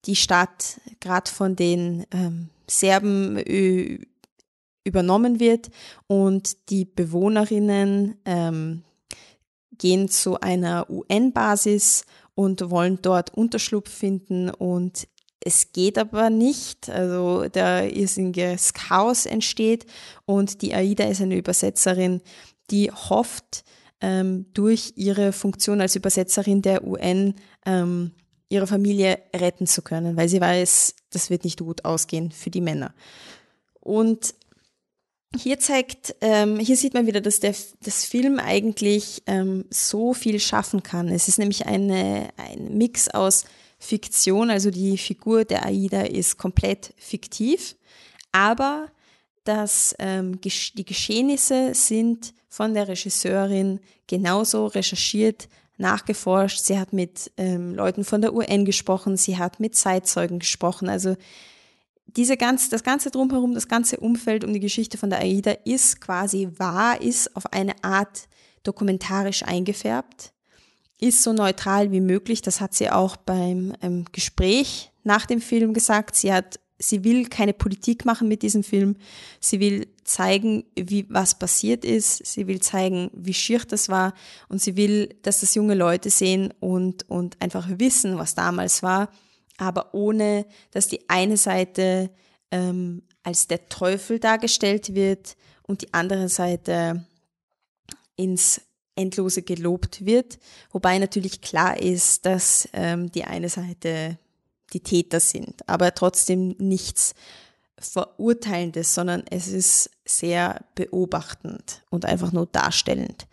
die Stadt gerade von den Serben übernommen wird und die Bewohnerinnen gehen zu einer UN-Basis und wollen dort Unterschlupf finden und es geht aber nicht, also da irrsinniges Chaos entsteht und die Aida ist eine Übersetzerin, die hofft, durch ihre Funktion als Übersetzerin der UN ihre Familie retten zu können, weil sie weiß, das wird nicht gut ausgehen für die Männer. Und hier sieht man wieder, dass das Film eigentlich so viel schaffen kann. Es ist nämlich ein Mix aus Fiktion, also die Figur der Aida ist komplett fiktiv, aber die Geschehnisse sind von der Regisseurin genauso recherchiert, nachgeforscht. Sie hat mit Leuten von der UN gesprochen, sie hat mit Zeitzeugen gesprochen. Also das ganze Drumherum, das ganze Umfeld um die Geschichte von der Aida ist quasi wahr, ist auf eine Art dokumentarisch eingefärbt, ist so neutral wie möglich. Das hat sie auch beim Gespräch nach dem Film gesagt. Sie will keine Politik machen mit diesem Film. Sie will zeigen, was passiert ist. Sie will zeigen, wie schier das war. Und sie will, dass das junge Leute sehen und einfach wissen, was damals war. Aber ohne, dass die eine Seite als der Teufel dargestellt wird und die andere Seite ins Endlose gelobt wird. Wobei natürlich klar ist, dass die eine Seite die Täter sind, aber trotzdem nichts Verurteilendes, sondern es ist sehr beobachtend und einfach nur darstellend.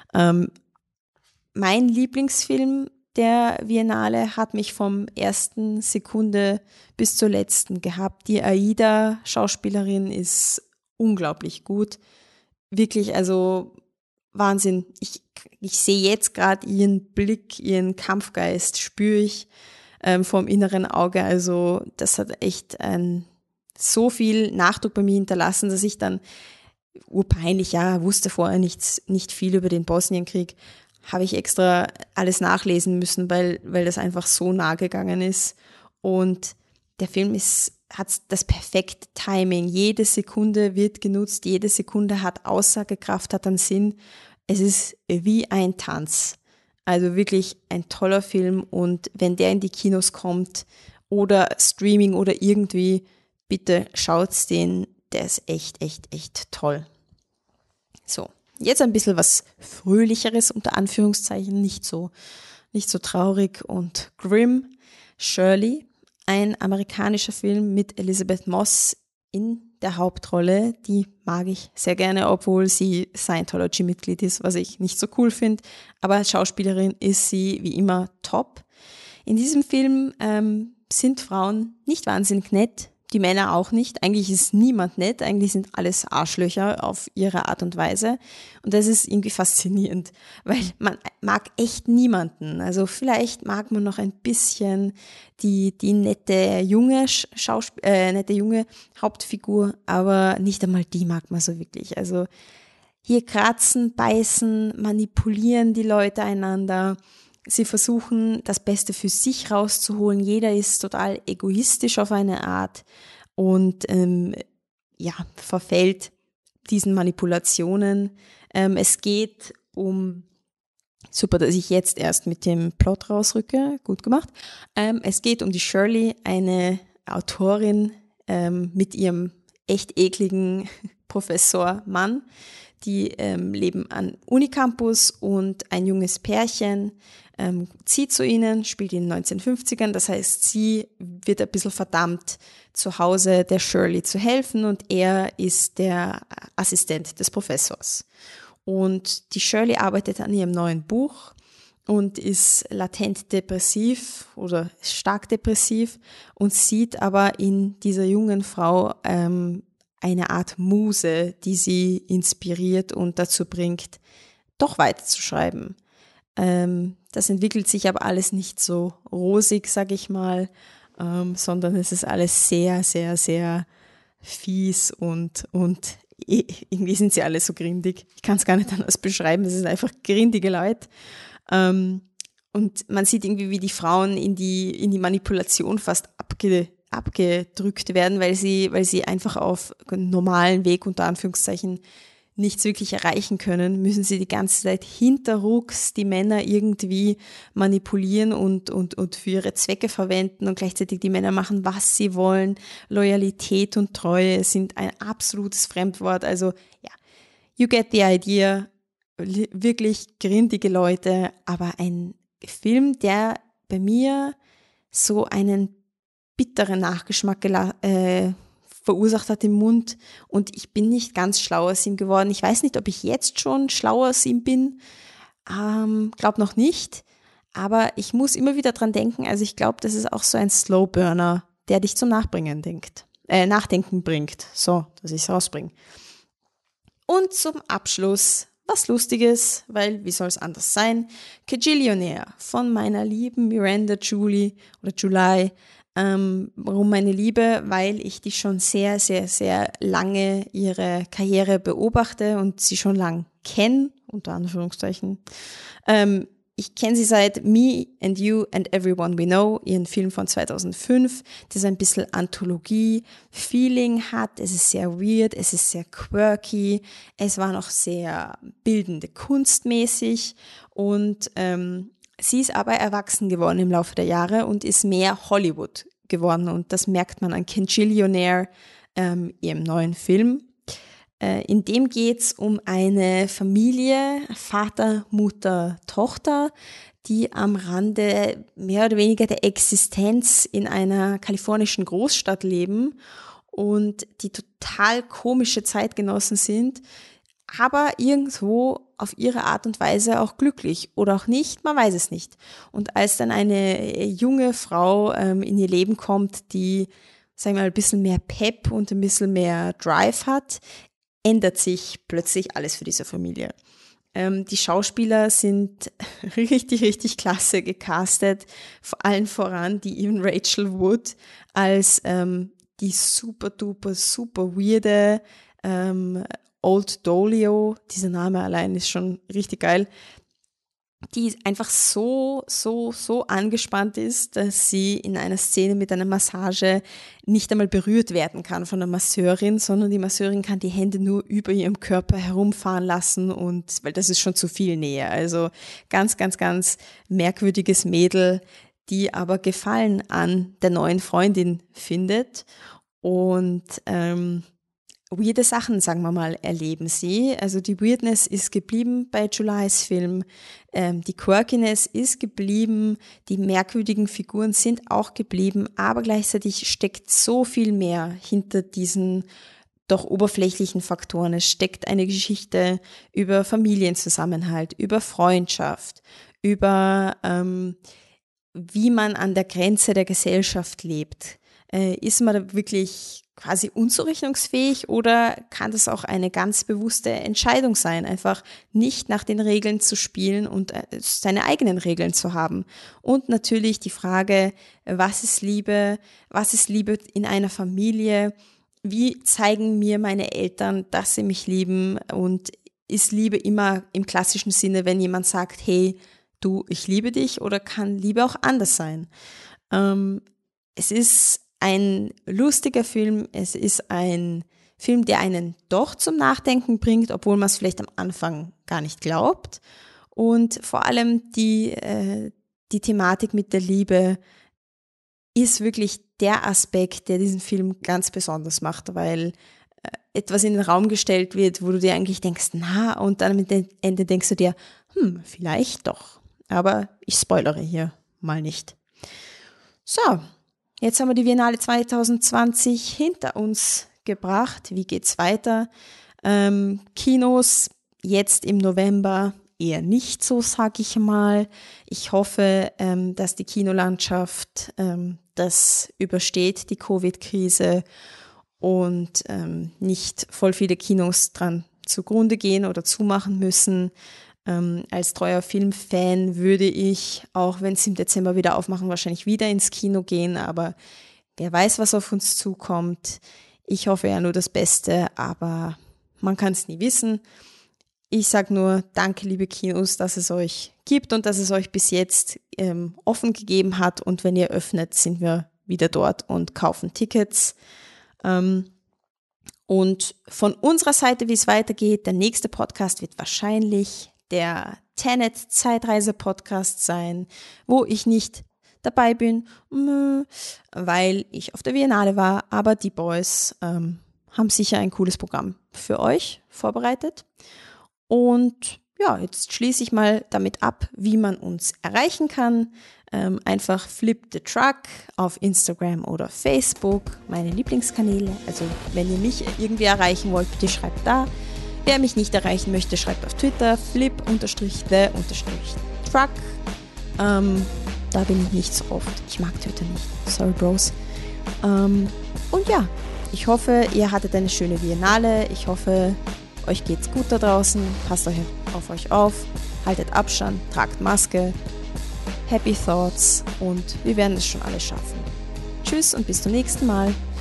Mein Lieblingsfilm der Biennale hat mich vom ersten Sekunde bis zur letzten gehabt. Die Aida, Schauspielerin, ist unglaublich gut. Wirklich, also Wahnsinn. Ich sehe jetzt gerade ihren Blick, ihren Kampfgeist, spüre ich vom inneren Auge. Also das hat echt so viel Nachdruck bei mir hinterlassen, dass ich dann urpeinlich, wusste vorher nicht viel über den Bosnienkrieg, habe ich extra alles nachlesen müssen, weil das einfach so nah gegangen ist. Und der Film hat das perfekte Timing. Jede Sekunde wird genutzt, jede Sekunde hat Aussagekraft, hat einen Sinn. Es ist wie ein Tanz. Also wirklich ein toller Film und wenn der in die Kinos kommt oder Streaming oder irgendwie, bitte schaut's den, der ist echt, echt, echt toll. So, jetzt ein bisschen was Fröhlicheres, unter Anführungszeichen, nicht so traurig und grim. Shirley, ein amerikanischer Film mit Elisabeth Moss in der Hauptrolle, die mag ich sehr gerne, obwohl sie Scientology-Mitglied ist, was ich nicht so cool finde, aber als Schauspielerin ist sie wie immer top. In diesem Film sind Frauen nicht wahnsinnig nett, die Männer auch nicht. Eigentlich ist niemand nett, eigentlich sind alles Arschlöcher auf ihre Art und Weise. Und das ist irgendwie faszinierend, weil man mag echt niemanden. Also vielleicht mag man noch ein bisschen die nette junge Hauptfigur, aber nicht einmal die mag man so wirklich. Also hier kratzen, beißen, manipulieren die Leute einander. Sie versuchen, das Beste für sich rauszuholen. Jeder ist total egoistisch auf eine Art und verfällt diesen Manipulationen. Es geht super, dass ich jetzt erst mit dem Plot rausrücke, gut gemacht. Es geht um die Shirley, eine Autorin mit ihrem echt ekligen Professor Mann. Die leben an Unicampus und ein junges Pärchen zieht zu ihnen, spielt in den 1950ern. Das heißt, sie wird ein bisschen verdammt, zu Hause der Shirley zu helfen und er ist der Assistent des Professors. Und die Shirley arbeitet an ihrem neuen Buch und ist latent depressiv oder stark depressiv und sieht aber in dieser jungen Frau eine Art Muse, die sie inspiriert und dazu bringt, doch weiterzuschreiben. Das entwickelt sich aber alles nicht so rosig, sag ich mal, sondern es ist alles sehr, sehr, sehr fies und irgendwie sind sie alle so grindig. Ich kann es gar nicht anders beschreiben, es sind einfach grindige Leute. Und man sieht irgendwie, wie die Frauen in die Manipulation fast abgedrückt werden, weil sie einfach auf normalen Weg unter Anführungszeichen nichts wirklich erreichen können, müssen sie die ganze Zeit hinterrucks die Männer irgendwie manipulieren und für ihre Zwecke verwenden und gleichzeitig die Männer machen, was sie wollen. Loyalität und Treue sind ein absolutes Fremdwort. Also ja, you get the idea. Wirklich grindige Leute, aber ein Film, der bei mir so einen bitteren Nachgeschmack verursacht hat im Mund und ich bin nicht ganz schlau aus ihm geworden. Ich weiß nicht, ob ich jetzt schon schlau aus ihm bin. Glaub noch nicht. Aber ich muss immer wieder dran denken. Also ich glaube, das ist auch so ein Slowburner, der dich zum Nachdenken bringt. So, dass ich es rausbringe. Und zum Abschluss was Lustiges, weil wie soll es anders sein? Kajillionaire von meiner lieben Miranda July. Warum meine Liebe? Weil ich die schon sehr, sehr, sehr lange ihre Karriere beobachte und sie schon lang kenne, unter Anführungszeichen. Ich kenne sie seit Me and You and Everyone We Know, ihren Film von 2005, das ein bisschen Anthologie-Feeling hat. Es ist sehr weird, es ist sehr quirky, es war noch sehr bildende kunstmäßig und sie ist aber erwachsen geworden im Laufe der Jahre und ist mehr Hollywood geworden und das merkt man an Kajillionaire, ihrem neuen Film. In dem geht's um eine Familie, Vater, Mutter, Tochter, die am Rande mehr oder weniger der Existenz in einer kalifornischen Großstadt leben und die total komische Zeitgenossen sind, aber irgendwo auf ihre Art und Weise auch glücklich oder auch nicht, man weiß es nicht. Und als dann eine junge Frau in ihr Leben kommt, die, sagen wir mal, ein bisschen mehr Pep und ein bisschen mehr Drive hat, ändert sich plötzlich alles für diese Familie. Die Schauspieler sind richtig, richtig klasse gecastet, vor allem voran die eben Rachel Wood als die super duper, super weirde Old Dolio, dieser Name allein ist schon richtig geil, die einfach so angespannt ist, dass sie in einer Szene mit einer Massage nicht einmal berührt werden kann von der Masseurin, sondern die Masseurin kann die Hände nur über ihrem Körper herumfahren lassen und, weil das ist schon zu viel Nähe. Also ganz, ganz, ganz merkwürdiges Mädel, die aber Gefallen an der neuen Freundin findet und weirde Sachen, sagen wir mal, erleben sie. Also die Weirdness ist geblieben bei Julys Film, die Quirkiness ist geblieben, die merkwürdigen Figuren sind auch geblieben, aber gleichzeitig steckt so viel mehr hinter diesen doch oberflächlichen Faktoren. Es steckt eine Geschichte über Familienzusammenhalt, über Freundschaft, über wie man an der Grenze der Gesellschaft lebt. Ist man da wirklich quasi unzurechnungsfähig oder kann das auch eine ganz bewusste Entscheidung sein, einfach nicht nach den Regeln zu spielen und seine eigenen Regeln zu haben? Und natürlich die Frage, was ist Liebe in einer Familie? Wie zeigen mir meine Eltern, dass sie mich lieben? Und ist Liebe immer im klassischen Sinne, wenn jemand sagt, hey, du, ich liebe dich, oder kann Liebe auch anders sein? Es ist ein lustiger Film, es ist ein Film, der einen doch zum Nachdenken bringt, obwohl man es vielleicht am Anfang gar nicht glaubt. Und vor allem die Thematik mit der Liebe ist wirklich der Aspekt, der diesen Film ganz besonders macht, weil etwas in den Raum gestellt wird, wo du dir eigentlich denkst, na, und dann am Ende denkst du dir, vielleicht doch. Aber ich spoilere hier mal nicht. So. Jetzt haben wir die Biennale 2020 hinter uns gebracht. Wie geht's weiter? Kinos jetzt im November eher nicht so, sag ich mal. Ich hoffe, dass die Kinolandschaft das übersteht, die Covid-Krise, und nicht voll viele Kinos dran zugrunde gehen oder zumachen müssen. Als treuer Filmfan würde ich, auch wenn sie im Dezember wieder aufmachen, wahrscheinlich wieder ins Kino gehen, aber wer weiß, was auf uns zukommt. Ich hoffe ja nur das Beste, aber man kann es nie wissen. Ich sage nur, danke, liebe Kinos, dass es euch gibt und dass es euch bis jetzt offen gegeben hat, und wenn ihr öffnet, sind wir wieder dort und kaufen Tickets. Und von unserer Seite, wie es weitergeht, der nächste Podcast wird wahrscheinlich der Tenet-Zeitreise-Podcast sein, wo ich nicht dabei bin, weil ich auf der Biennale war, aber die Boys haben sicher ein cooles Programm für euch vorbereitet. Und ja, jetzt schließe ich mal damit ab, wie man uns erreichen kann. Einfach Flip the Truck auf Instagram oder Facebook, meine Lieblingskanäle. Also wenn ihr mich irgendwie erreichen wollt, bitte schreibt da. Wer mich nicht erreichen möchte, schreibt auf Twitter flip_the_truck. Da bin ich nicht so oft. Ich mag Twitter nicht. Sorry, Bros. Und ja, ich hoffe, ihr hattet eine schöne Biennale. Ich hoffe, euch geht's gut da draußen. Passt auf euch auf. Haltet Abstand, tragt Maske. Happy Thoughts und wir werden es schon alle schaffen. Tschüss und bis zum nächsten Mal.